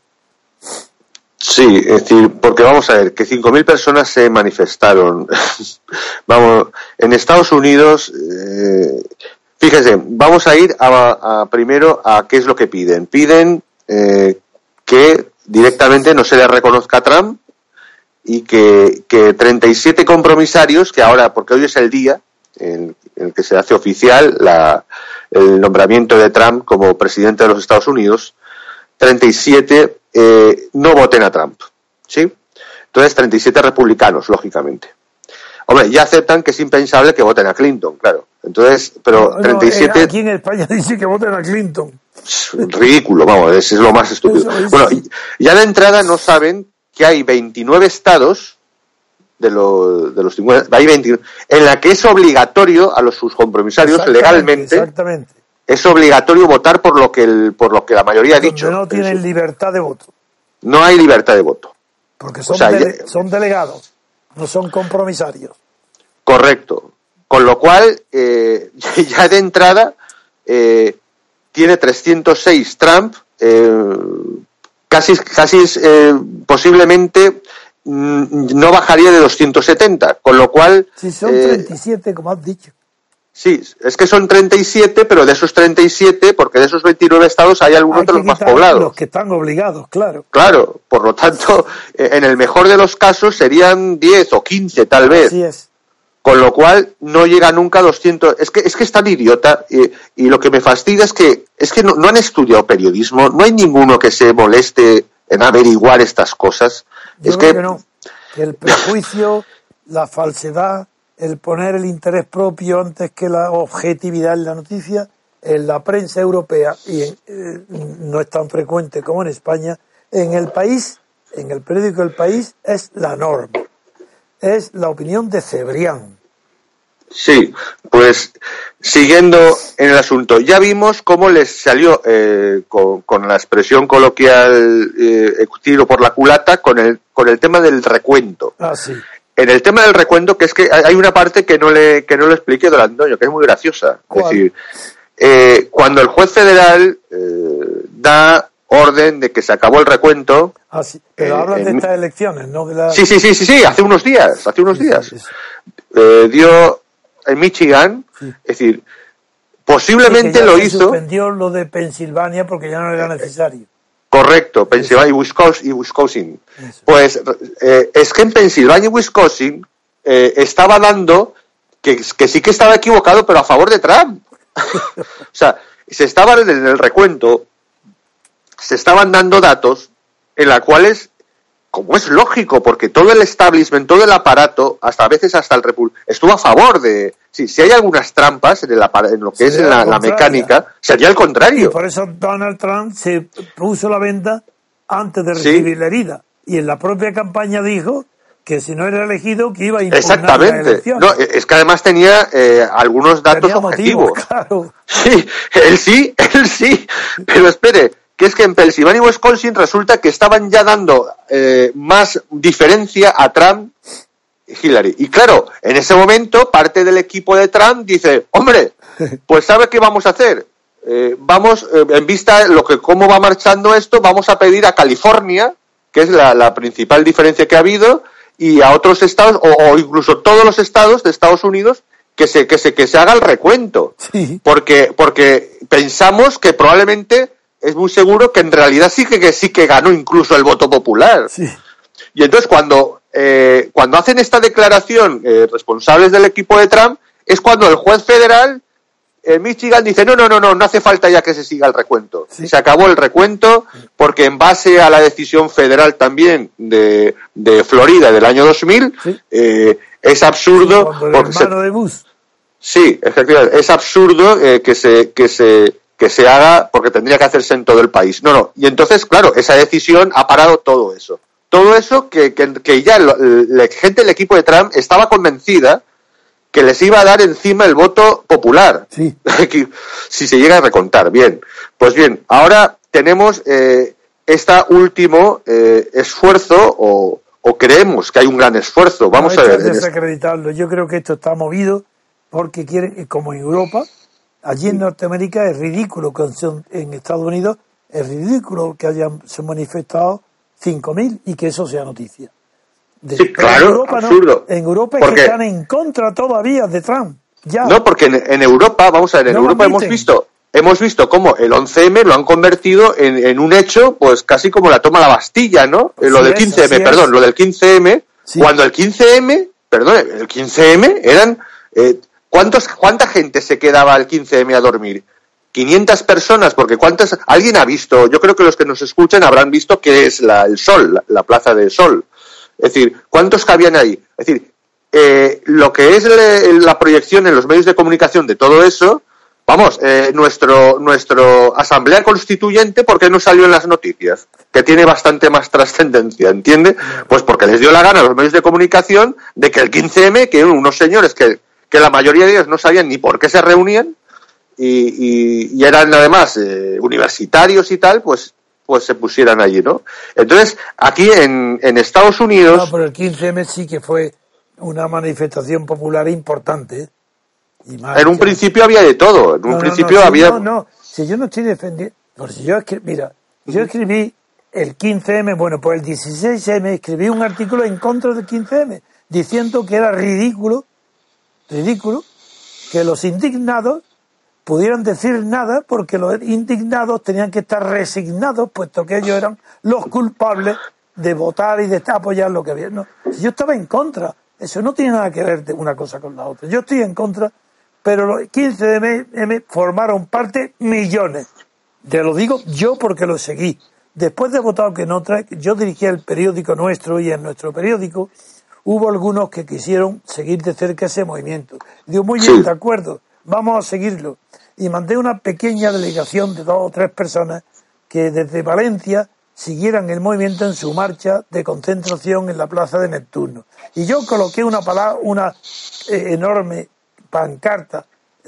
Sí, es decir, porque vamos a ver, que 5.000 personas se manifestaron. Vamos, en Estados Unidos, fíjese, vamos a ir primero a qué es lo que piden. Piden que directamente no se le reconozca a Trump y que 37 compromisarios, que ahora, porque hoy es el día en el que se hace oficial el nombramiento de Trump como presidente de los Estados Unidos, 37 no voten a Trump, ¿sí? Entonces 37 republicanos, lógicamente. Hombre, ya aceptan que es impensable que voten a Clinton, claro. Entonces, pero 37...
Aquí en España dice que voten a Clinton.
Ridículo, vamos, es lo más estúpido. Bueno, ya de entrada no saben que hay 29 estados de los 50, hay 29, en la que es obligatorio a sus compromisarios legalmente.
Exactamente.
Es obligatorio votar por lo que la mayoría ha dicho.
No tienen libertad de voto.
No hay libertad de voto.
Porque son delegados, no son compromisarios.
Correcto. Con lo cual, ya de entrada, tiene 306 Trump, casi posiblemente no bajaría de 270. Con lo cual...
Si son 37, como has dicho.
Sí, es que son 37, pero de esos 37, porque de esos 29 estados hay algunos de los más poblados.
Los que están obligados, claro.
Claro, por lo tanto, en el mejor de los casos serían 10 o 15 tal vez.
Así es.
Con lo cual no llega nunca a 200. Es que es tan idiota y lo que me fastidia es que no han estudiado periodismo, no hay ninguno que se moleste en averiguar estas cosas.
Yo creo que no. Que el prejuicio, la falsedad, el poner el interés propio antes que la objetividad en la noticia, en la prensa europea, y no es tan frecuente como en España, en el país, en el periódico El País, es la norma. Es la opinión de Cebrián.
Sí, pues siguiendo en el asunto, ya vimos cómo les salió con la expresión coloquial tiro por la culata con el tema del recuento.
Ah, sí.
En el tema del recuento, que es que hay una parte que no le expliqué, don Antonio, que es muy graciosa.
¿Cuál?
Es decir, cuando el juez federal da orden de que se acabó el recuento...
Ah, sí. Pero hablan de estas elecciones, ¿no? De la...
Sí, hace unos días. Sí. Dio en Michigan, sí. Es decir, posiblemente
sí,
lo hizo...
suspendió lo de Pensilvania porque ya no era necesario.
Correcto, Pensilvania y Wisconsin. Eso. Pues es que en Pensilvania y Wisconsin estaba dando que sí que estaba equivocado, pero a favor de Trump. O sea, se estaban en el recuento, se estaban dando datos en los cuales, como es lógico, porque todo el establishment, todo el aparato, hasta a veces hasta el estuvo a favor de... Sí, si hay algunas trampas en lo que es la mecánica, sería el contrario.
Y por eso Donald Trump se puso la venda antes de recibir la herida. Y en la propia campaña dijo que si no era elegido, que iba a impugnar la elección.
No, es que además tenía algunos datos objetivos.
Motivos, claro.
Sí, él sí. Pero espere, que es que en Pensilvania y Wisconsin resulta que estaban ya dando más diferencia a Trump y Hillary. Y claro, en ese momento parte del equipo de Trump dice, hombre, pues ¿sabe qué vamos a hacer? Vamos, en vista de cómo va marchando esto, vamos a pedir a California, que es la principal diferencia que ha habido, y a otros estados, o incluso todos los estados de Estados Unidos, que se haga el recuento.
Sí.
Porque pensamos que probablemente es muy seguro que en realidad sí que ganó incluso el voto popular.
Sí.
Y entonces cuando hacen esta declaración responsables del equipo de Trump, es cuando el juez federal en Michigan dice no hace falta ya que se siga el recuento.
Sí.
Se acabó el recuento porque en base a la decisión federal también de Florida del año 2000,
sí.
Es absurdo.
Cuando el hermano de Bush.
Sí, efectivamente, es absurdo que se haga porque tendría que hacerse en todo el país. No, y entonces, claro, esa decisión ha parado todo eso. Todo eso que ya la gente del equipo de Trump estaba convencida que les iba a dar encima el voto popular.
Sí.
Si se llega a recontar. Bien, pues bien, ahora tenemos este último esfuerzo o creemos que hay un gran esfuerzo. Vamos a ver.
Es desacreditarlo. Yo creo que esto está movido porque quieren, como en Europa, allí en Norteamérica es ridículo que en Estados Unidos es ridículo que se manifestado 5.000 y que eso sea noticia.
Sí, claro,
Europa,
absurdo.
No. En Europa
porque,
es que están en contra todavía de Trump. Ya.
No, porque en Europa, vamos a ver, en Europa hemos visto cómo el 11M lo han convertido en un hecho, pues casi como la toma de la Bastilla, ¿no? Lo del 15M, lo del 15M, sí. Cuando el 15M eran... ¿Cuánta gente se quedaba el 15M a dormir? 500 personas, porque alguien ha visto, yo creo que los que nos escuchan habrán visto que es el Sol, la Plaza del Sol. Es decir, ¿cuántos cabían ahí? Es decir, lo que es la proyección en los medios de comunicación de todo eso, vamos, nuestro Asamblea Constituyente, ¿por qué no salió en las noticias? Que tiene bastante más trascendencia, ¿entiende? Pues porque les dio la gana a los medios de comunicación de que el 15M, que unos señores que la mayoría de ellos no sabían ni por qué se reunían, y eran además universitarios y tal, pues se pusieran allí, ¿no? Entonces, aquí en Estados Unidos...
No, pero el 15M sí que fue una manifestación popular importante.
En un principio había de todo.
Si yo no estoy defendiendo... Porque yo escribí el 15M, bueno, pues el 16M, escribí un artículo en contra del 15M, diciendo que era ridículo que los indignados pudieran decir nada porque los indignados tenían que estar resignados puesto que ellos eran los culpables de votar y de apoyar lo que había. No, yo estaba en contra, eso no tiene nada que ver de una cosa con la otra. Yo estoy en contra, pero los 15M formaron parte millones. Te lo digo yo porque lo seguí. Después de votar que en otra, yo dirigía el periódico nuestro y en nuestro periódico hubo algunos que quisieron seguir de cerca ese movimiento. Digo, muy bien, de acuerdo, vamos a seguirlo. Y mandé una pequeña delegación de 2 o 3 personas que desde Valencia siguieran el movimiento en su marcha de concentración en la Plaza de Neptuno. Y yo coloqué una enorme pancarta,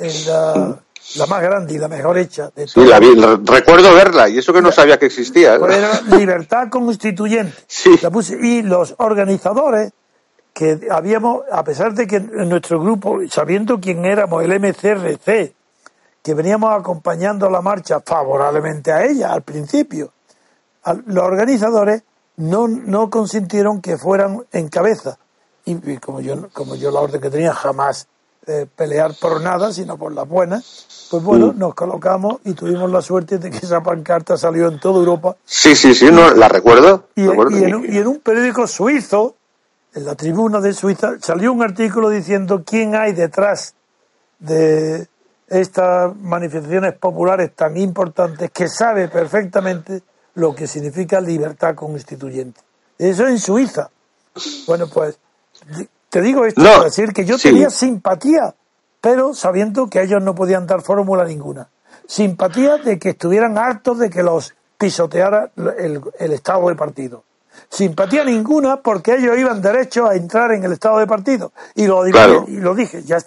la más grande y la mejor hecha de
todas. Sí, la vi, recuerdo verla, y eso que no sabía que existía.
Pues era Libertad Constituyente.
Sí.
La puse, y los organizadores que habíamos, a pesar de que en nuestro grupo, sabiendo quién éramos, el MCRC, que veníamos acompañando la marcha favorablemente a ella al principio, los organizadores no consintieron que fueran en cabeza. Y como yo la orden que tenía jamás pelear por nada, sino por las buenas, pues bueno, nos colocamos y tuvimos la suerte de que esa pancarta salió en toda Europa.
Sí, no, la recuerdo.
Y en un periódico suizo, en la Tribuna de Suiza, salió un artículo diciendo quién hay detrás de estas manifestaciones populares tan importantes, que sabe perfectamente lo que significa libertad constituyente. Eso en Suiza. Bueno, pues te digo esto para decir que yo tenía simpatía, pero sabiendo que ellos no podían dar fórmula ninguna. Simpatía de que estuvieran hartos de que los pisoteara el estado de partido. Simpatía ninguna porque ellos iban derechos a entrar en el estado de partido. Y lo dije, ya está.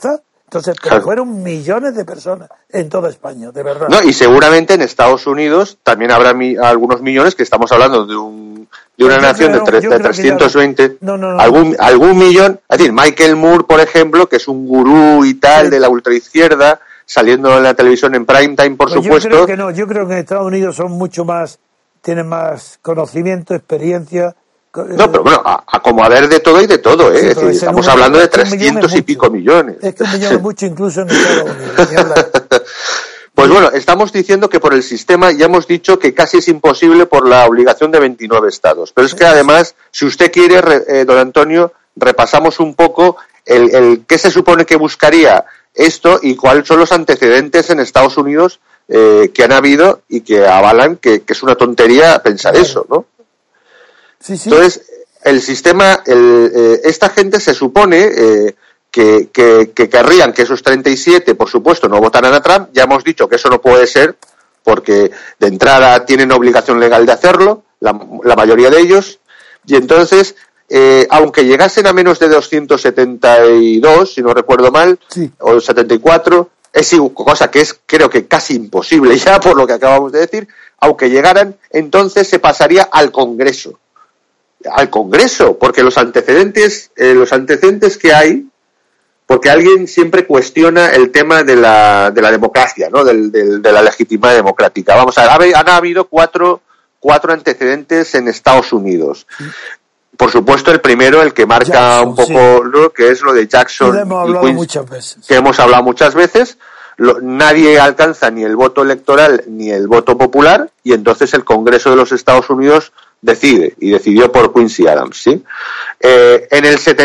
Entonces, pero fueron millones de personas en toda España, de verdad.
No, y seguramente en Estados Unidos también habrá algunos millones, que estamos hablando de una nación de 320, algún millón. Es decir, Michael Moore, por ejemplo, que es un gurú y tal de la ultraizquierda, saliendo en la televisión en prime time, por supuesto.
Yo creo que en Estados Unidos son mucho más, tienen más conocimiento, experiencia.
No, pero bueno, como haber de todo y de todo, ¿eh? Sí, es decir, estamos hablando de 300 y pico millones.
Es que un millón es mucho incluso en Estados Unidos.
Pues bueno, estamos diciendo que por el sistema ya hemos dicho que casi es imposible por la obligación de 29 estados. Pero es que además, si usted quiere, don Antonio, repasamos un poco el qué se supone que buscaría esto y cuáles son los antecedentes en Estados Unidos que han habido y que avalan que es una tontería pensar eso, ¿no?
Sí.
Entonces, el sistema, esta gente se supone que querrían que esos 37, por supuesto, no votaran a Trump. Ya hemos dicho que eso no puede ser, porque de entrada tienen obligación legal de hacerlo, la mayoría de ellos, y entonces, aunque llegasen a menos de 272, si no recuerdo mal, sí, o 74, es cosa que es, creo que casi imposible ya, por lo que acabamos de decir, aunque llegaran, entonces se pasaría al Congreso, porque los antecedentes que hay, porque alguien siempre cuestiona el tema de la democracia, ¿no? de la legitimidad democrática. Vamos a ver, han habido cuatro antecedentes en Estados Unidos. Sí. Por supuesto, el primero, el que marca Jackson, un poco, sí, ¿no? Que es lo de Jackson y Queens, que hemos hablado muchas veces. Nadie alcanza ni el voto electoral ni el voto popular, y entonces el Congreso de los Estados Unidos decide, y decidió por Quincy Adams, ¿sí? En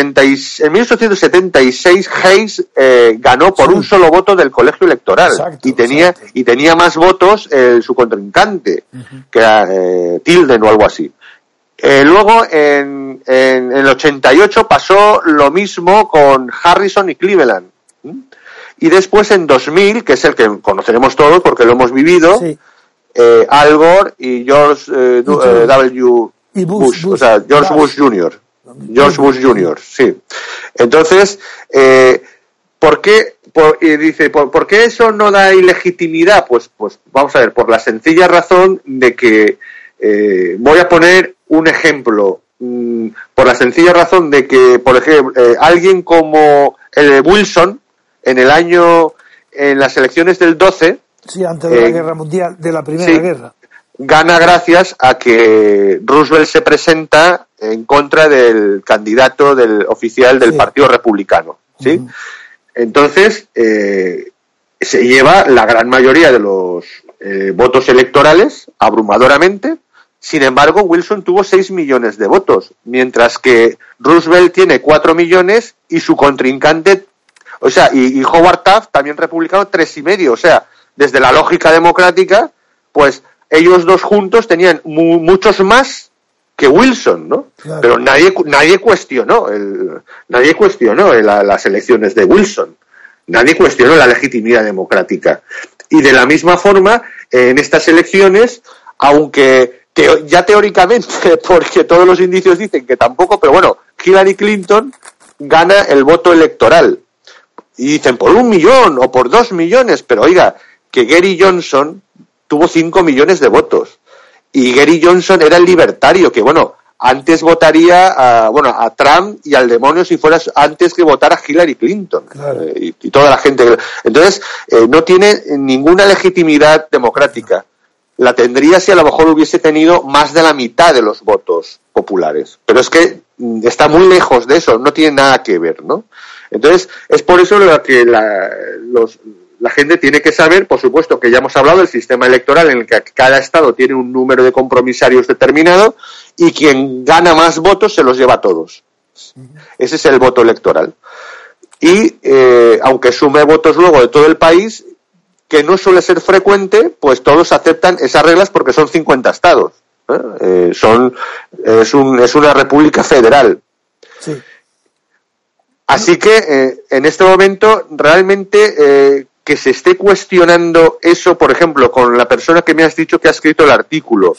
1876 Hayes ganó por un solo voto del colegio electoral. Exacto, y tenía más votos su contrincante, que era Tilden o algo así. Luego en el 88 pasó lo mismo con Harrison y Cleveland. Y después en 2000, que es el que conoceremos todos porque lo hemos vivido, sí, Al Gore y George W. Bush, o sea, George Bush Jr. George Bush Jr., sí. Entonces, ¿por qué eso no da ilegitimidad? Pues vamos a ver, por la sencilla razón de que, voy a poner un ejemplo, por la sencilla razón de que, por ejemplo, alguien como Wilson, en las elecciones del 12,
sí, antes de la guerra mundial, de la primera guerra,
gana gracias a que Roosevelt se presenta en contra del candidato oficial del Partido Republicano, ¿sí? Entonces, se lleva la gran mayoría de los votos electorales, abrumadoramente. Sin embargo, Wilson tuvo 6 millones de votos, mientras que Roosevelt tiene 4 millones y su contrincante, o sea, y Howard Taft, también republicano, 3,5. O sea, desde la lógica democrática, pues ellos dos juntos tenían muchos más que Wilson, ¿no? Claro. Pero nadie cuestionó las elecciones de Wilson. Nadie cuestionó la legitimidad democrática. Y de la misma forma, en estas elecciones, aunque ya teóricamente, porque todos los indicios dicen que tampoco, pero bueno, Hillary Clinton gana el voto electoral. Y dicen por 1 millón o por 2 millones, pero oiga, que Gary Johnson tuvo 5 millones de votos. Y Gary Johnson era el libertario, que bueno, antes votaría a Trump y al demonio si fuera antes que votar a Hillary Clinton. Claro. Y toda la gente. Entonces, no tiene ninguna legitimidad democrática. La tendría si a lo mejor hubiese tenido más de la mitad de los votos populares. Pero es que está muy lejos de eso, no tiene nada que ver, ¿no? Entonces, es por eso lo que la gente tiene que saber, por supuesto, que ya hemos hablado del sistema electoral en el que cada estado tiene un número de compromisarios determinado y quien gana más votos se los lleva a todos. Ese es el voto electoral. Y aunque sume votos luego de todo el país, que no suele ser frecuente, pues todos aceptan esas reglas porque son 50 estados. Es una república federal. Sí. Así que en este momento realmente que se esté cuestionando eso, por ejemplo, con la persona que me has dicho que ha escrito el artículo,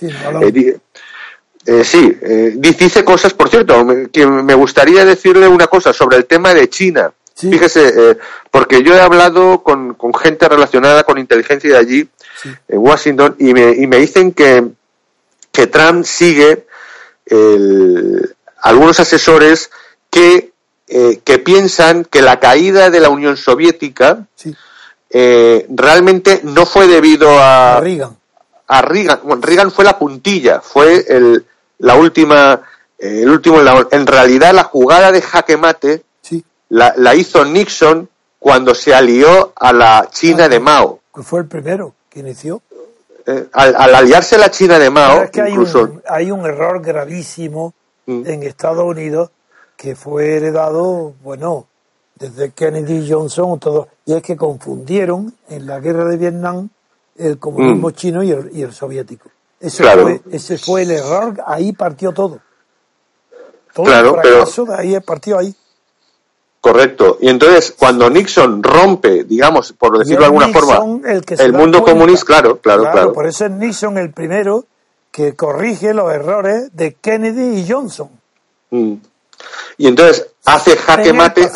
dice cosas, por cierto, que me gustaría decirle una cosa sobre el tema de China,
Sí.
Fíjese, porque yo he hablado con gente relacionada con inteligencia de allí,
Sí.
en Washington, y me dicen que Trump sigue algunos asesores que piensan que la caída de la Unión Soviética
Sí.
realmente no fue debido
A Reagan.
a Reagan. Bueno, Reagan fue la puntilla, fue la última, el último. En realidad, la jugada de jaque mate
Sí.
la hizo Nixon cuando se alió a la China de Mao.
Que fue el primero que inició.
Al aliarse a la China de Mao,
Pero es que
incluso...
hay un error gravísimo
Mm.
en Estados Unidos que fue heredado, bueno, desde Kennedy y Johnson, todo, y es que confundieron en la guerra de Vietnam el comunismo chino y el soviético.
Claro.
Ese fue el error, ahí partió todo. Todo
Claro,
el fracaso de ahí partió ahí.
Correcto. Y entonces, cuando Nixon rompe, digamos, por decirlo de alguna forma, el mundo comunista, claro.
Por eso es Nixon el primero que corrige los errores de Kennedy y Johnson.
Y entonces hace jaque mate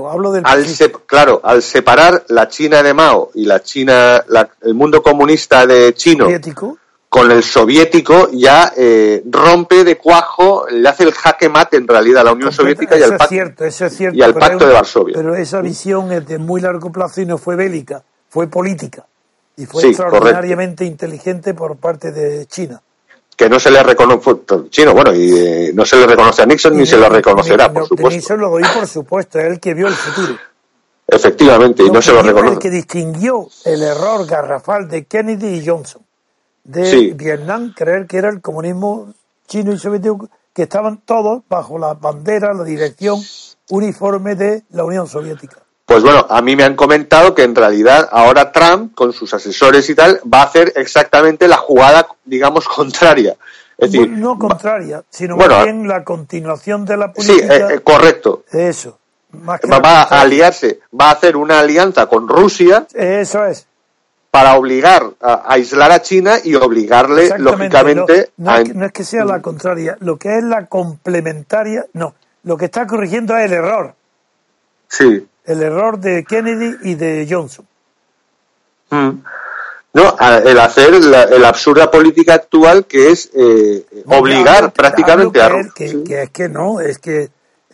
al separar la China de Mao y el mundo comunista de chino
Soviético.
Con el soviético, ya rompe de cuajo, le hace el jaque mate en realidad a la Unión Soviética y al Pacto de Varsovia.
Pero esa visión es de muy largo plazo y no fue bélica, fue política. Y fue extraordinariamente inteligente por parte de China.
Que no se le reconoce no se le reconoce a Nixon ni se lo reconocerá, por supuesto.
Nixon lo doy por supuesto, es el que vio el futuro.
Efectivamente, y no se lo reconoce.
El que distinguió el error garrafal de Kennedy y Johnson de Vietnam, creer que era el comunismo chino y soviético, que estaban todos bajo la bandera, la dirección uniforme de la Unión Soviética.
Pues bueno, a mí me han comentado que en realidad ahora Trump, con sus asesores y tal, va a hacer exactamente la jugada, digamos, contraria. Es decir,
no contraria, sino más bien la continuación de la política.
Sí, correcto.
Eso. Más que
va a aliarse, va a hacer una alianza con Rusia.
Eso es.
Para obligar a aislar a China y obligarle, lógicamente...
No es que sea la contraria, lo que es la complementaria, no. Lo que está corrigiendo es el error.
Sí.
El error de Kennedy y de Johnson.
No, el hacer la absurda política actual que es obligar prácticamente a...
Es que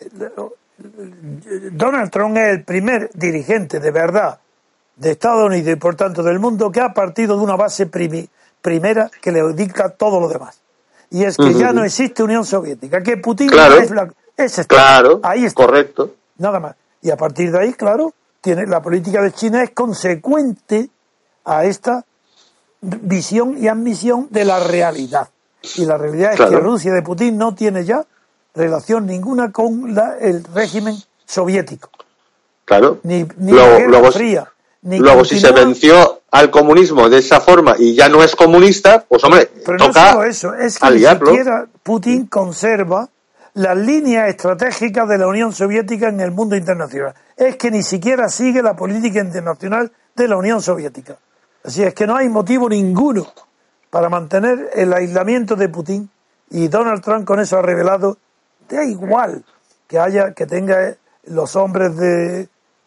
Donald Trump es el primer dirigente de verdad de Estados Unidos y por tanto del mundo que ha partido de una base primera que le dicta todo lo demás. Y es que ya no existe Unión Soviética, que Putin ahí está.
Correcto.
Nada más. Y a partir de ahí, claro, la política de China es consecuente a esta visión y admisión de la realidad. Y la realidad es que Rusia de Putin no tiene ya relación ninguna con el régimen soviético.
Claro.
Ni la Guerra Fría.
Luego, si se venció al comunismo de esa forma y ya no es comunista, pues hombre,
pero
toca
no solo eso, es que
aliarlo.
Ni siquiera Putin conserva las líneas estratégicas de la Unión Soviética en el mundo internacional. Es que ni siquiera sigue la política internacional de la Unión Soviética. Así es que no hay motivo ninguno para mantener el aislamiento de Putin, y Donald Trump con eso ha revelado, da igual que tenga los hombres del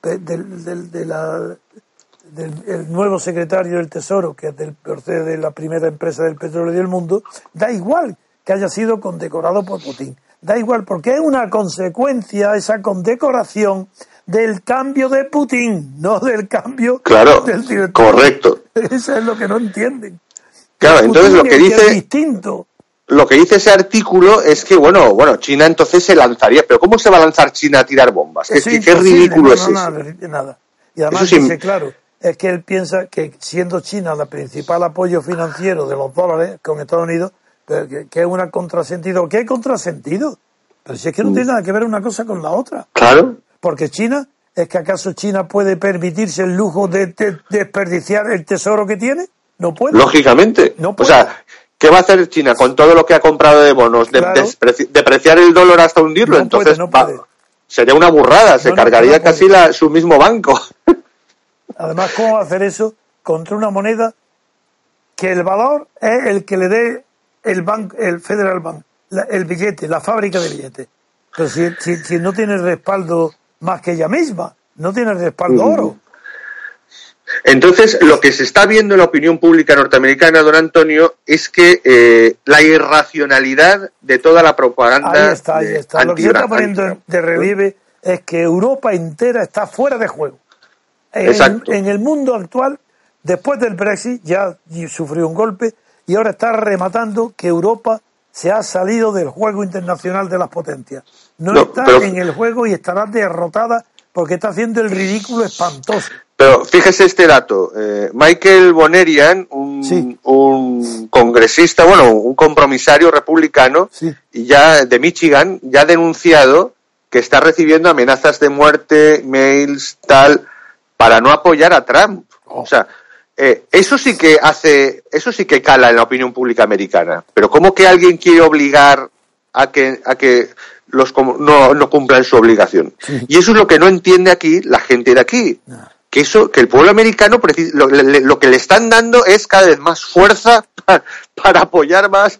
nuevo secretario del Tesoro, que es de la primera empresa del petróleo del mundo, da igual que haya sido condecorado por Putin. Da igual, porque es una consecuencia esa condecoración del cambio de Putin, no del cambio del director.
Correcto.
Eso es lo que no entienden.
Claro, entonces lo que dice...
Es distinto.
Lo que dice ese artículo es que, bueno, China entonces se lanzaría. ¿Pero cómo se va a lanzar China a tirar bombas? ¿Qué ridículo es eso?
Nada. Y además dice, claro, es que él piensa que siendo China el principal apoyo financiero de los dólares con Estados Unidos, que es un contrasentido. ¿Qué contrasentido? Pero si es que no tiene nada que ver una cosa con la otra.
Claro.
Porque China, ¿es que acaso China puede permitirse el lujo de desperdiciar el tesoro que tiene? No puede.
Lógicamente.
No puede.
O sea, ¿qué va a hacer China con todo lo que ha comprado de bonos?
Claro.
¿Depreciar el dólar hasta hundirlo?
No
entonces
puede.
Sería una burrada, se cargaría casi su mismo banco.
Además, ¿cómo va a hacer eso contra una moneda que el valor es el que le dé el Federal Bank, el billete, la fábrica de billetes? Pero si no tiene respaldo más que ella misma, no tiene respaldo oro.
Entonces, lo que se está viendo en la opinión pública norteamericana, don Antonio, es que la irracionalidad de toda la propaganda.
Ahí está. Lo que se está poniendo de relieve es que Europa entera está fuera de juego. En el mundo actual, después del Brexit, ya sufrió un golpe y ahora está rematando que Europa se ha salido del juego internacional de las potencias. No está en el juego y estará derrotada porque está haciendo el ridículo espantoso.
Pero fíjese este dato. Michael Bonerian, un congresista, un compromisario republicano, y ya de Michigan, ya ha denunciado que está recibiendo amenazas de muerte, mails, tal, para no apoyar a Trump. O sea, eso sí que cala en la opinión pública americana. Pero ¿cómo que alguien quiere obligar a que no cumplan su obligación? Y eso es lo que no entiende aquí la gente de aquí. Que el pueblo americano lo que le están dando es cada vez más fuerza para apoyar más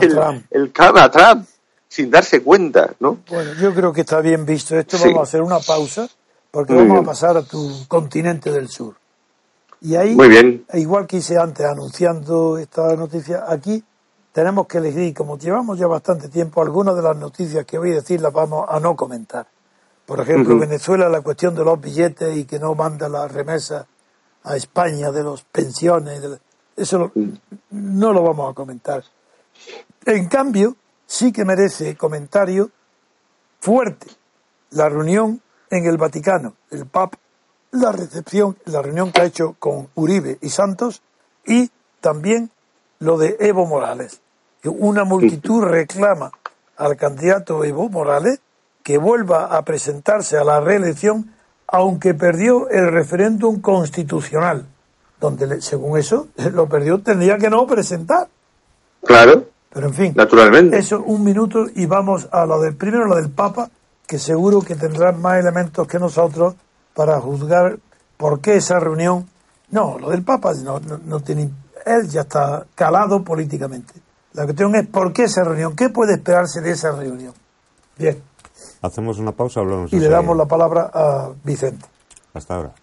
a Trump, sin darse cuenta, ¿no?
Bueno, yo creo que está bien visto esto. Vamos a hacer una pausa porque vamos a pasar a tu continente del sur. Y ahí,
muy bien,
igual que hice antes anunciando esta noticia, aquí tenemos que elegir, como llevamos ya bastante tiempo, algunas de las noticias que voy a decir las vamos a no comentar. Por ejemplo, Venezuela, la cuestión de los billetes y que no manda las remesas a España de las pensiones, eso no lo vamos a comentar. En cambio, sí que merece comentario fuerte la reunión en el Vaticano, el Papa, la reunión que ha hecho con Uribe y Santos, y también lo de Evo Morales, que una multitud reclama al candidato Evo Morales que vuelva a presentarse a la reelección, aunque perdió el referéndum constitucional, donde según eso lo perdió, tendría que no presentar.
Claro.
Pero en fin,
naturalmente.
Eso, un minuto y vamos a primero lo del Papa, que seguro que tendrá más elementos que nosotros para juzgar por qué esa reunión. No, lo del Papa no tiene, él ya está calado políticamente. La cuestión es por qué esa reunión, qué puede esperarse de esa reunión. Bien.
Hacemos una pausa, hablamos.
Y le damos la palabra a Vicente.
Hasta ahora.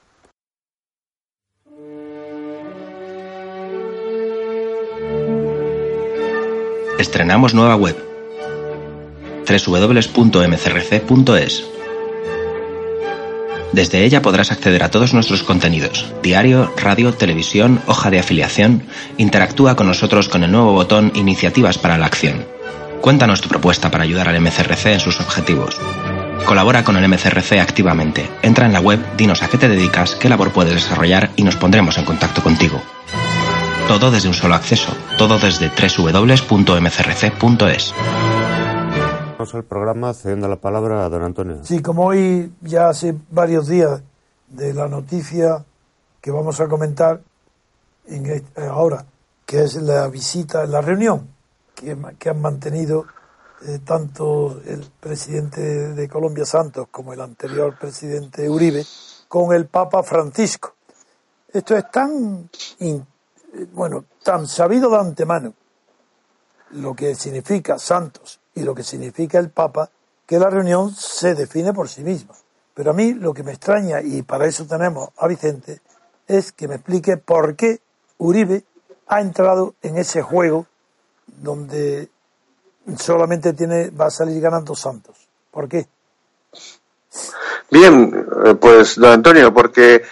Estrenamos nueva web, www.mcrc.es. Desde ella podrás acceder a todos nuestros contenidos: diario, radio, televisión, hoja de afiliación. Interactúa con nosotros con el nuevo botón Iniciativas para la Acción. Cuéntanos tu propuesta para ayudar al MCRC en sus objetivos. Colabora con el MCRC activamente. Entra en la web, dinos a qué te dedicas, qué labor puedes desarrollar y nos pondremos en contacto contigo. Todo desde un solo acceso. Todo desde www.mcrc.es.
Vamos al programa cediendo la palabra a don Antonio.
Sí, como hoy ya hace varios días de la noticia que vamos a comentar ahora, que es la visita, la reunión que han mantenido tanto el presidente de Colombia, Santos, como el anterior presidente Uribe, con el Papa Francisco. Esto es tan sabido de antemano, lo que significa Santos y lo que significa el Papa, que la reunión se define por sí misma. Pero a mí lo que me extraña, y para eso tenemos a Vicente, es que me explique por qué Uribe ha entrado en ese juego donde solamente va a salir ganando Santos. ¿Por qué?
Bien, pues don Antonio, porque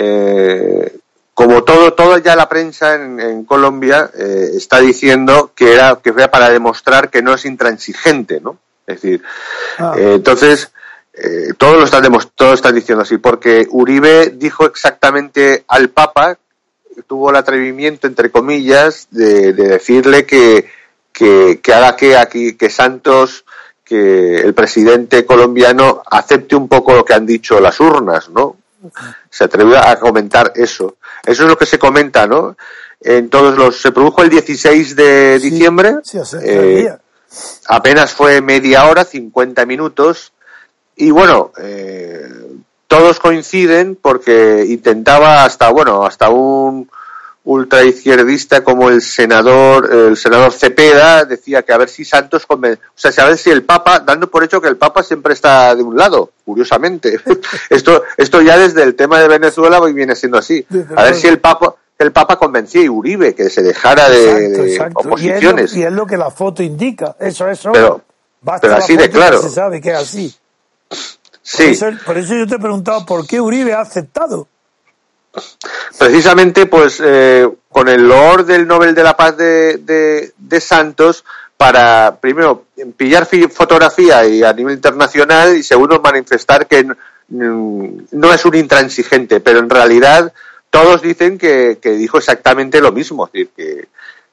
como toda ya la prensa en Colombia está diciendo que era para demostrar que no es intransigente, ¿no? Es decir, entonces todos están diciendo así, porque Uribe dijo exactamente al Papa, tuvo el atrevimiento, entre comillas, de decirle que haga que Santos, que el presidente colombiano acepte un poco lo que han dicho las urnas, ¿no? Se atrevió a comentar eso. Eso es lo que se comenta, ¿no? Se produjo el 16 de diciembre.
Sí, hace día.
Apenas fue media hora, 50 minutos. Y bueno, todos coinciden porque intentaba hasta un ultraizquierdista como el senador Cepeda decía que a ver si Santos a ver si el Papa, dando por hecho que el Papa siempre está de un lado, curiosamente. esto ya desde el tema de Venezuela viene siendo así. A ver si el Papa convencía a Uribe que se dejara de oposiciones.
Y es lo que la foto indica, eso.
Pero así de claro.
Se sabe que es así.
Sí.
Por eso yo te he preguntado por qué Uribe ha aceptado.
Precisamente, pues, con el loor del Nobel de la Paz de Santos, para, primero, pillar fotografía y a nivel internacional, y segundo, manifestar que no es un intransigente, pero en realidad todos dicen que dijo exactamente lo mismo, es decir,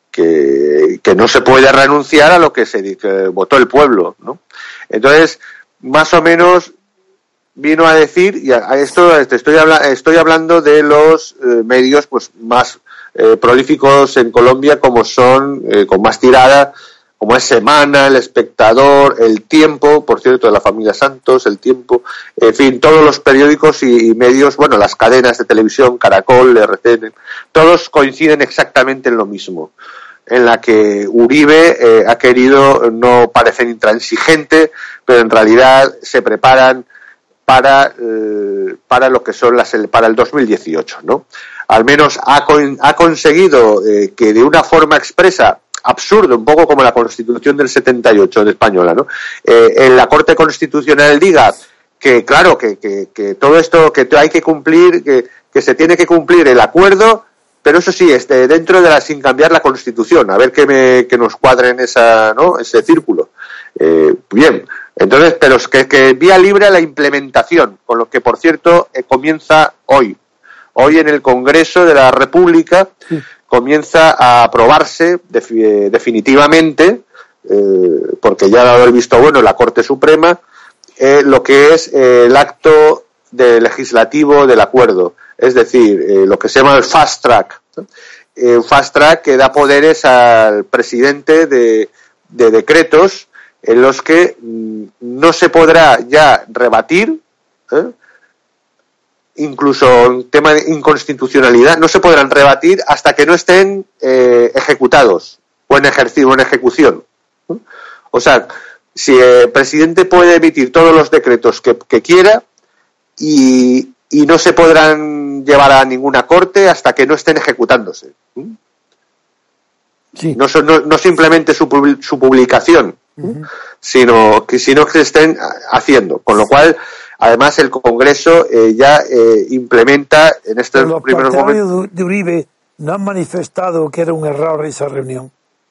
que no se puede renunciar a lo que votó el pueblo, ¿no? Entonces, más o menos vino a decir, y a esto estoy hablando de los medios pues más prolíficos en Colombia, como son, con más tirada, como es Semana, El Espectador, El Tiempo, por cierto, de la familia Santos, El Tiempo, en fin, todos los periódicos y medios, bueno, las cadenas de televisión, Caracol, RCN, todos coinciden exactamente en lo mismo, en la que Uribe ha querido no parecer intransigente, pero en realidad se preparan para lo que son para el 2018, ¿no? Al menos ha conseguido que de una forma expresa, absurdo, un poco como la Constitución del 78 de española, ¿no? En la Corte Constitucional diga que claro, que todo esto que hay que cumplir, que se tiene que cumplir el acuerdo, pero eso sí, dentro de sin cambiar la Constitución, a ver que nos cuadre en ese círculo. Bien. Entonces, pero es que vía libre a la implementación, con lo que, por cierto, comienza hoy. Hoy en el Congreso de la República comienza a aprobarse definitivamente, porque ya ha dado el visto bueno la Corte Suprema, lo que es el acto legislativo del acuerdo, es decir, lo que se llama el fast track. Fast track que da poderes al presidente de decretos en los que no se podrá ya rebatir, incluso en tema de inconstitucionalidad, no se podrán rebatir hasta que no estén ejecutados o en ejecución. O sea, si el presidente puede emitir todos los decretos que quiera y no se podrán llevar a ninguna corte hasta que no estén ejecutándose. Sí. No simplemente su publicación, sino que se estén haciendo. Con lo cual, además, el Congreso ya implementa en estos primeros momentos.
Los de Uribe no han manifestado que era un error esa reunión.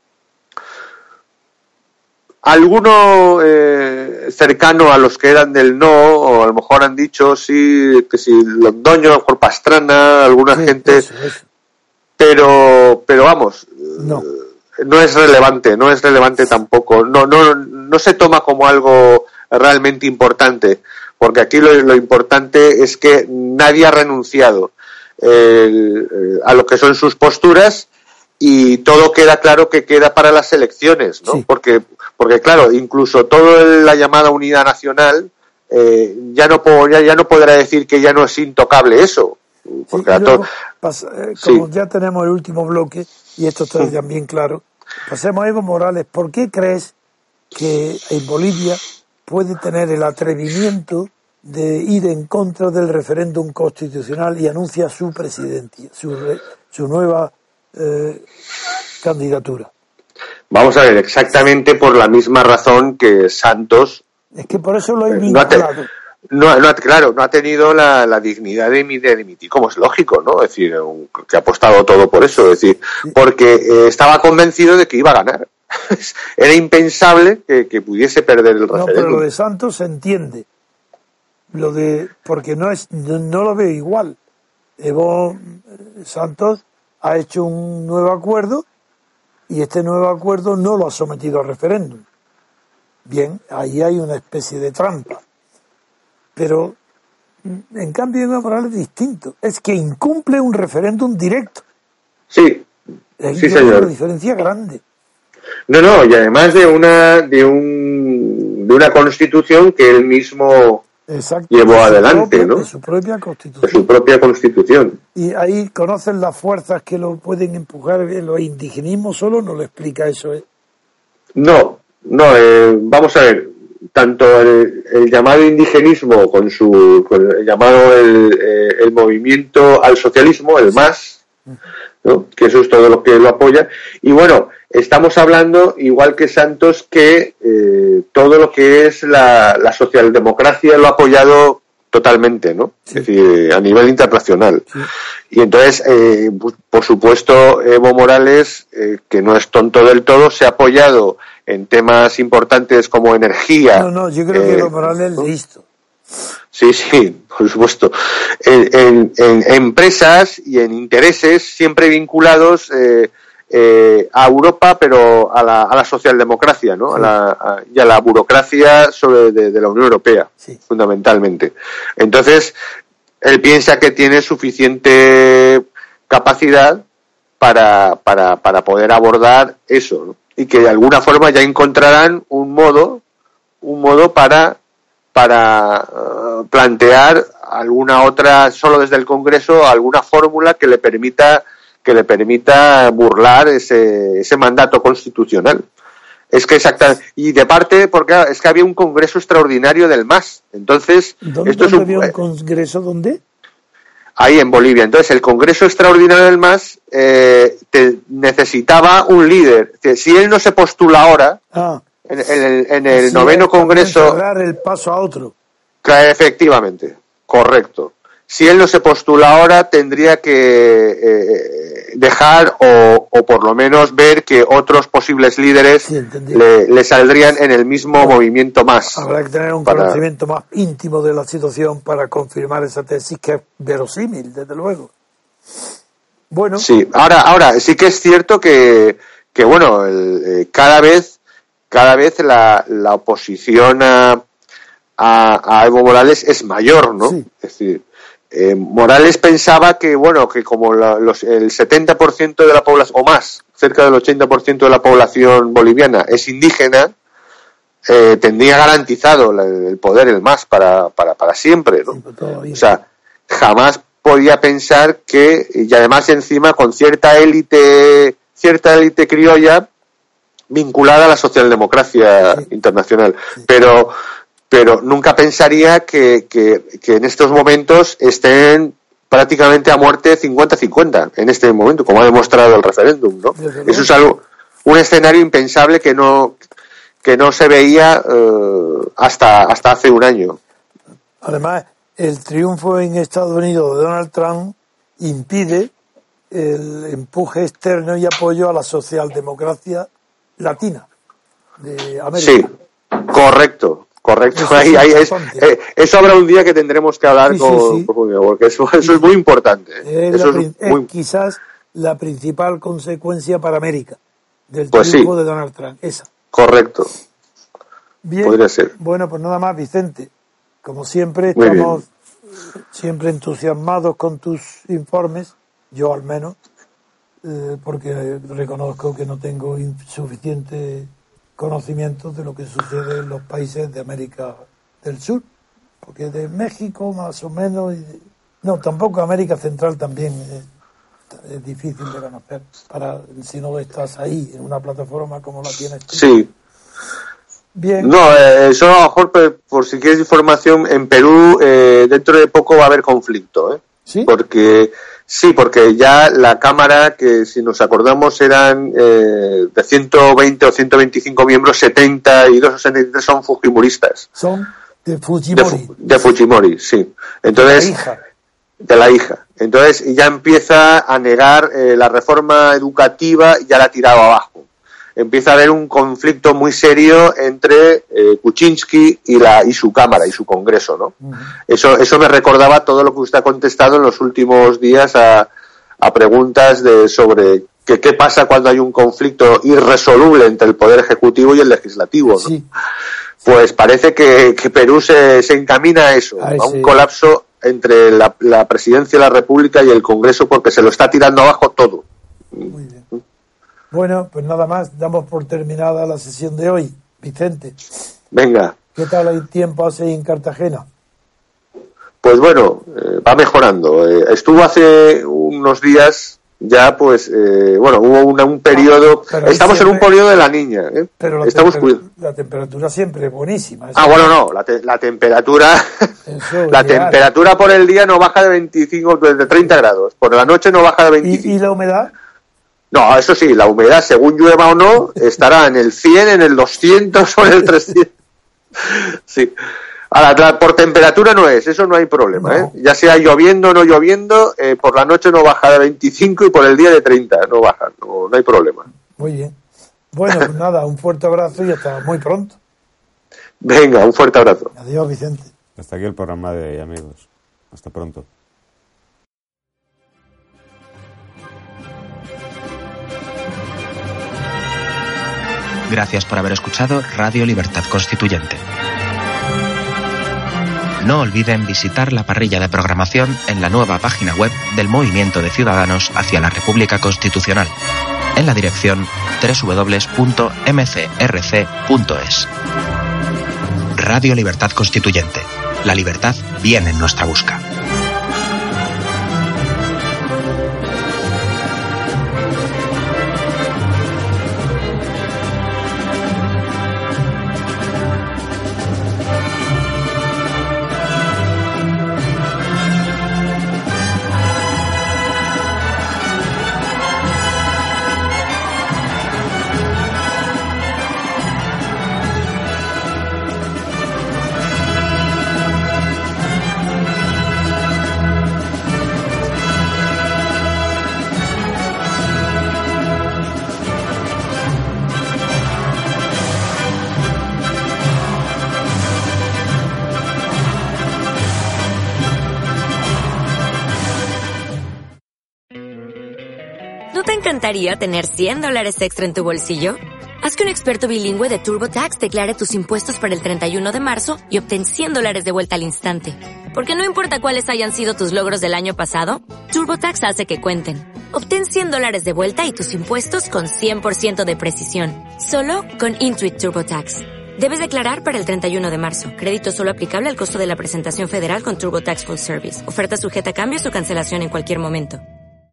Alguno cercano a los que eran del no, o a lo mejor han dicho sí, que si Londoño, a lo mejor Pastrana, alguna gente. Eso. Pero vamos, no es relevante tampoco, no se toma como algo realmente importante, porque aquí lo importante es que nadie ha renunciado a lo que son sus posturas y todo queda claro que queda para las elecciones, ¿no? Sí. Porque claro, incluso toda la llamada unidad nacional ya no podrá decir que ya no es intocable eso. Porque
como ya tenemos el último bloque, y esto está también claro, pasemos a Evo Morales. ¿Por qué crees que en Bolivia puede tener el atrevimiento de ir en contra del referéndum constitucional y anuncia su presidencia, su nueva candidatura?
Vamos a ver, exactamente por la misma razón que Santos.
Es que por eso lo he vinculado.
No ha tenido la dignidad de dimitir, como es lógico, ¿no? Es decir, que ha apostado todo por eso, es decir, porque estaba convencido de que iba a ganar. Era impensable que pudiese perder el referéndum.
No, pero lo de Santos se entiende. Porque no lo veo igual. Evo Santos ha hecho un nuevo acuerdo y este nuevo acuerdo no lo ha sometido a referéndum. Bien, ahí hay una especie de trampa. Pero, en cambio, Evo Morales es distinto. Es que incumple un referéndum directo.
Sí, sí, señor.
Una diferencia grande.
No, y además de una constitución que él mismo llevó adelante, ¿no?
De su propia Constitución.
De su propia Constitución.
Y ahí conocen las fuerzas que lo pueden empujar. ¿Los indigenismos solo no lo explica eso?
No, vamos a ver, tanto el llamado indigenismo con el llamado el movimiento al socialismo, el MAS, ¿no? Que eso es todo lo que lo apoya. Y bueno, estamos hablando, igual que Santos, que todo lo que es la socialdemocracia lo ha apoyado totalmente, ¿no? Sí. Es decir, a nivel internacional. Sí. Y entonces, por supuesto, Evo Morales, que no es tonto del todo, se ha apoyado en temas importantes como energía.
No, yo creo que Evo Morales es listo.
Sí, por supuesto. En empresas y en intereses siempre vinculados a Europa, pero a la socialdemocracia, ¿no? Sí. Y a la burocracia de la Unión Europea, sí. Fundamentalmente. Entonces, él piensa que tiene suficiente capacidad para poder abordar eso, ¿no? Y que de alguna forma ya encontrarán un modo para plantear alguna otra, solo desde el Congreso, alguna fórmula que le permita burlar ese mandato constitucional. Es que exactamente, y de parte, porque es que había un congreso extraordinario del MAS. Entonces,
¿Dónde había un congreso? ¿Dónde?
Ahí en Bolivia. Entonces, el congreso extraordinario del MAS necesitaba un líder. Si él no se postula ahora, en el noveno congreso,
dar el paso a otro.
Efectivamente, correcto. Si él no se postula ahora, tendría que dejar o por lo menos ver que otros posibles líderes le saldrían en el mismo movimiento MAS.
Habrá que tener un conocimiento más íntimo de la situación para confirmar esa tesis, que es verosímil, desde luego. Bueno. Sí,
ahora sí que es cierto que bueno, cada vez la oposición a Evo Morales es mayor, ¿no? Sí. Es decir, Morales pensaba que como el 70% de la población, o más, cerca del 80% de la población boliviana es indígena, tendría garantizado el poder, el MAS, para siempre, ¿no? Sí, o sea, jamás podía pensar que, y además encima con cierta élite criolla vinculada a la socialdemocracia internacional, sí. Pero nunca pensaría que en estos momentos estén prácticamente a muerte 50-50 en este momento, como ha demostrado el referéndum, ¿no? Eso es un escenario impensable que no se veía hasta hace un año.
Además, el triunfo en Estados Unidos de Donald Trump impide el empuje externo y apoyo a la socialdemocracia latina de América.
Sí, correcto. Eso habrá un día que tendremos que hablar con porque eso es muy importante.
Es quizás la principal consecuencia para América del triunfo de Donald Trump. Esa.
Correcto.
Bien.
Podría ser.
Bueno, pues nada más, Vicente. Como siempre, estamos siempre entusiasmados con tus informes, yo al menos, porque reconozco que no tengo suficiente conocimiento de lo que sucede en los países de América del Sur, porque de México más o menos, tampoco América Central también es difícil de conocer, si no estás ahí en una plataforma como la tienes tú.
Sí.
Bien.
No, eso a lo mejor, por si quieres información, en Perú dentro de poco va a haber conflicto,
¿Sí?
Porque ya la Cámara, que si nos acordamos eran de 120 o 125 miembros, 72 o 73 son fujimoristas.
Son de Fujimori.
De Fujimori, sí. Entonces, de la hija. Entonces ya empieza a negar la reforma educativa y ya la ha tirado abajo. Empieza a haber un conflicto muy serio entre Kuczynski y su Cámara y su Congreso, ¿no? Uh-huh. Eso me recordaba todo lo que usted ha contestado en los últimos días a preguntas sobre qué pasa cuando hay un conflicto irresoluble entre el Poder Ejecutivo y el Legislativo, ¿no?
Sí.
Pues parece que Perú se encamina a eso, a un colapso entre la Presidencia de la República y el Congreso, porque se lo está tirando abajo todo.
Muy bien. Bueno, pues nada más, damos por terminada la sesión de hoy. Vicente.
Venga.
¿Qué tal el tiempo hace en Cartagena?
pues bueno, va mejorando. Estuvo hace unos días ya, pues, bueno, hubo un periodo. Estamos siempre, en un periodo de la niña.
Pero la temperatura siempre es buenísima.
Bueno, no, la temperatura. La temperatura por el día no baja de 25, de 30 grados. Por la noche no baja de 25.
¿Y la humedad?
No, eso sí, la humedad, según llueva o no, estará en el 100, en el 200 o en el 300. Sí. Ahora, por temperatura no es, eso no hay problema, no. Ya sea lloviendo o no lloviendo, por la noche no baja de 25 y por el día de 30, no baja, no hay problema.
Muy bien. Bueno, pues nada, un fuerte abrazo y hasta muy pronto.
Venga, un fuerte abrazo.
Adiós, Vicente.
Hasta aquí el programa de hoy, amigos. Hasta pronto.
Gracias por haber escuchado Radio Libertad Constituyente. No olviden visitar la parrilla de programación en la nueva página web del Movimiento de Ciudadanos hacia la República Constitucional, en la dirección www.mcrc.es. Radio Libertad Constituyente. La libertad viene en nuestra busca.
¿No te encantaría tener $100 extra en tu bolsillo? Haz que un experto bilingüe de TurboTax declare tus impuestos para el 31 de marzo y obtén $100 de vuelta al instante. Porque no importa cuáles hayan sido tus logros del año pasado, TurboTax hace que cuenten. Obtén $100 de vuelta y tus impuestos con 100% de precisión. Solo con Intuit TurboTax. Debes declarar para el 31 de marzo. Crédito solo aplicable al costo de la presentación federal con TurboTax Full Service. Oferta sujeta a cambios o cancelación en cualquier momento.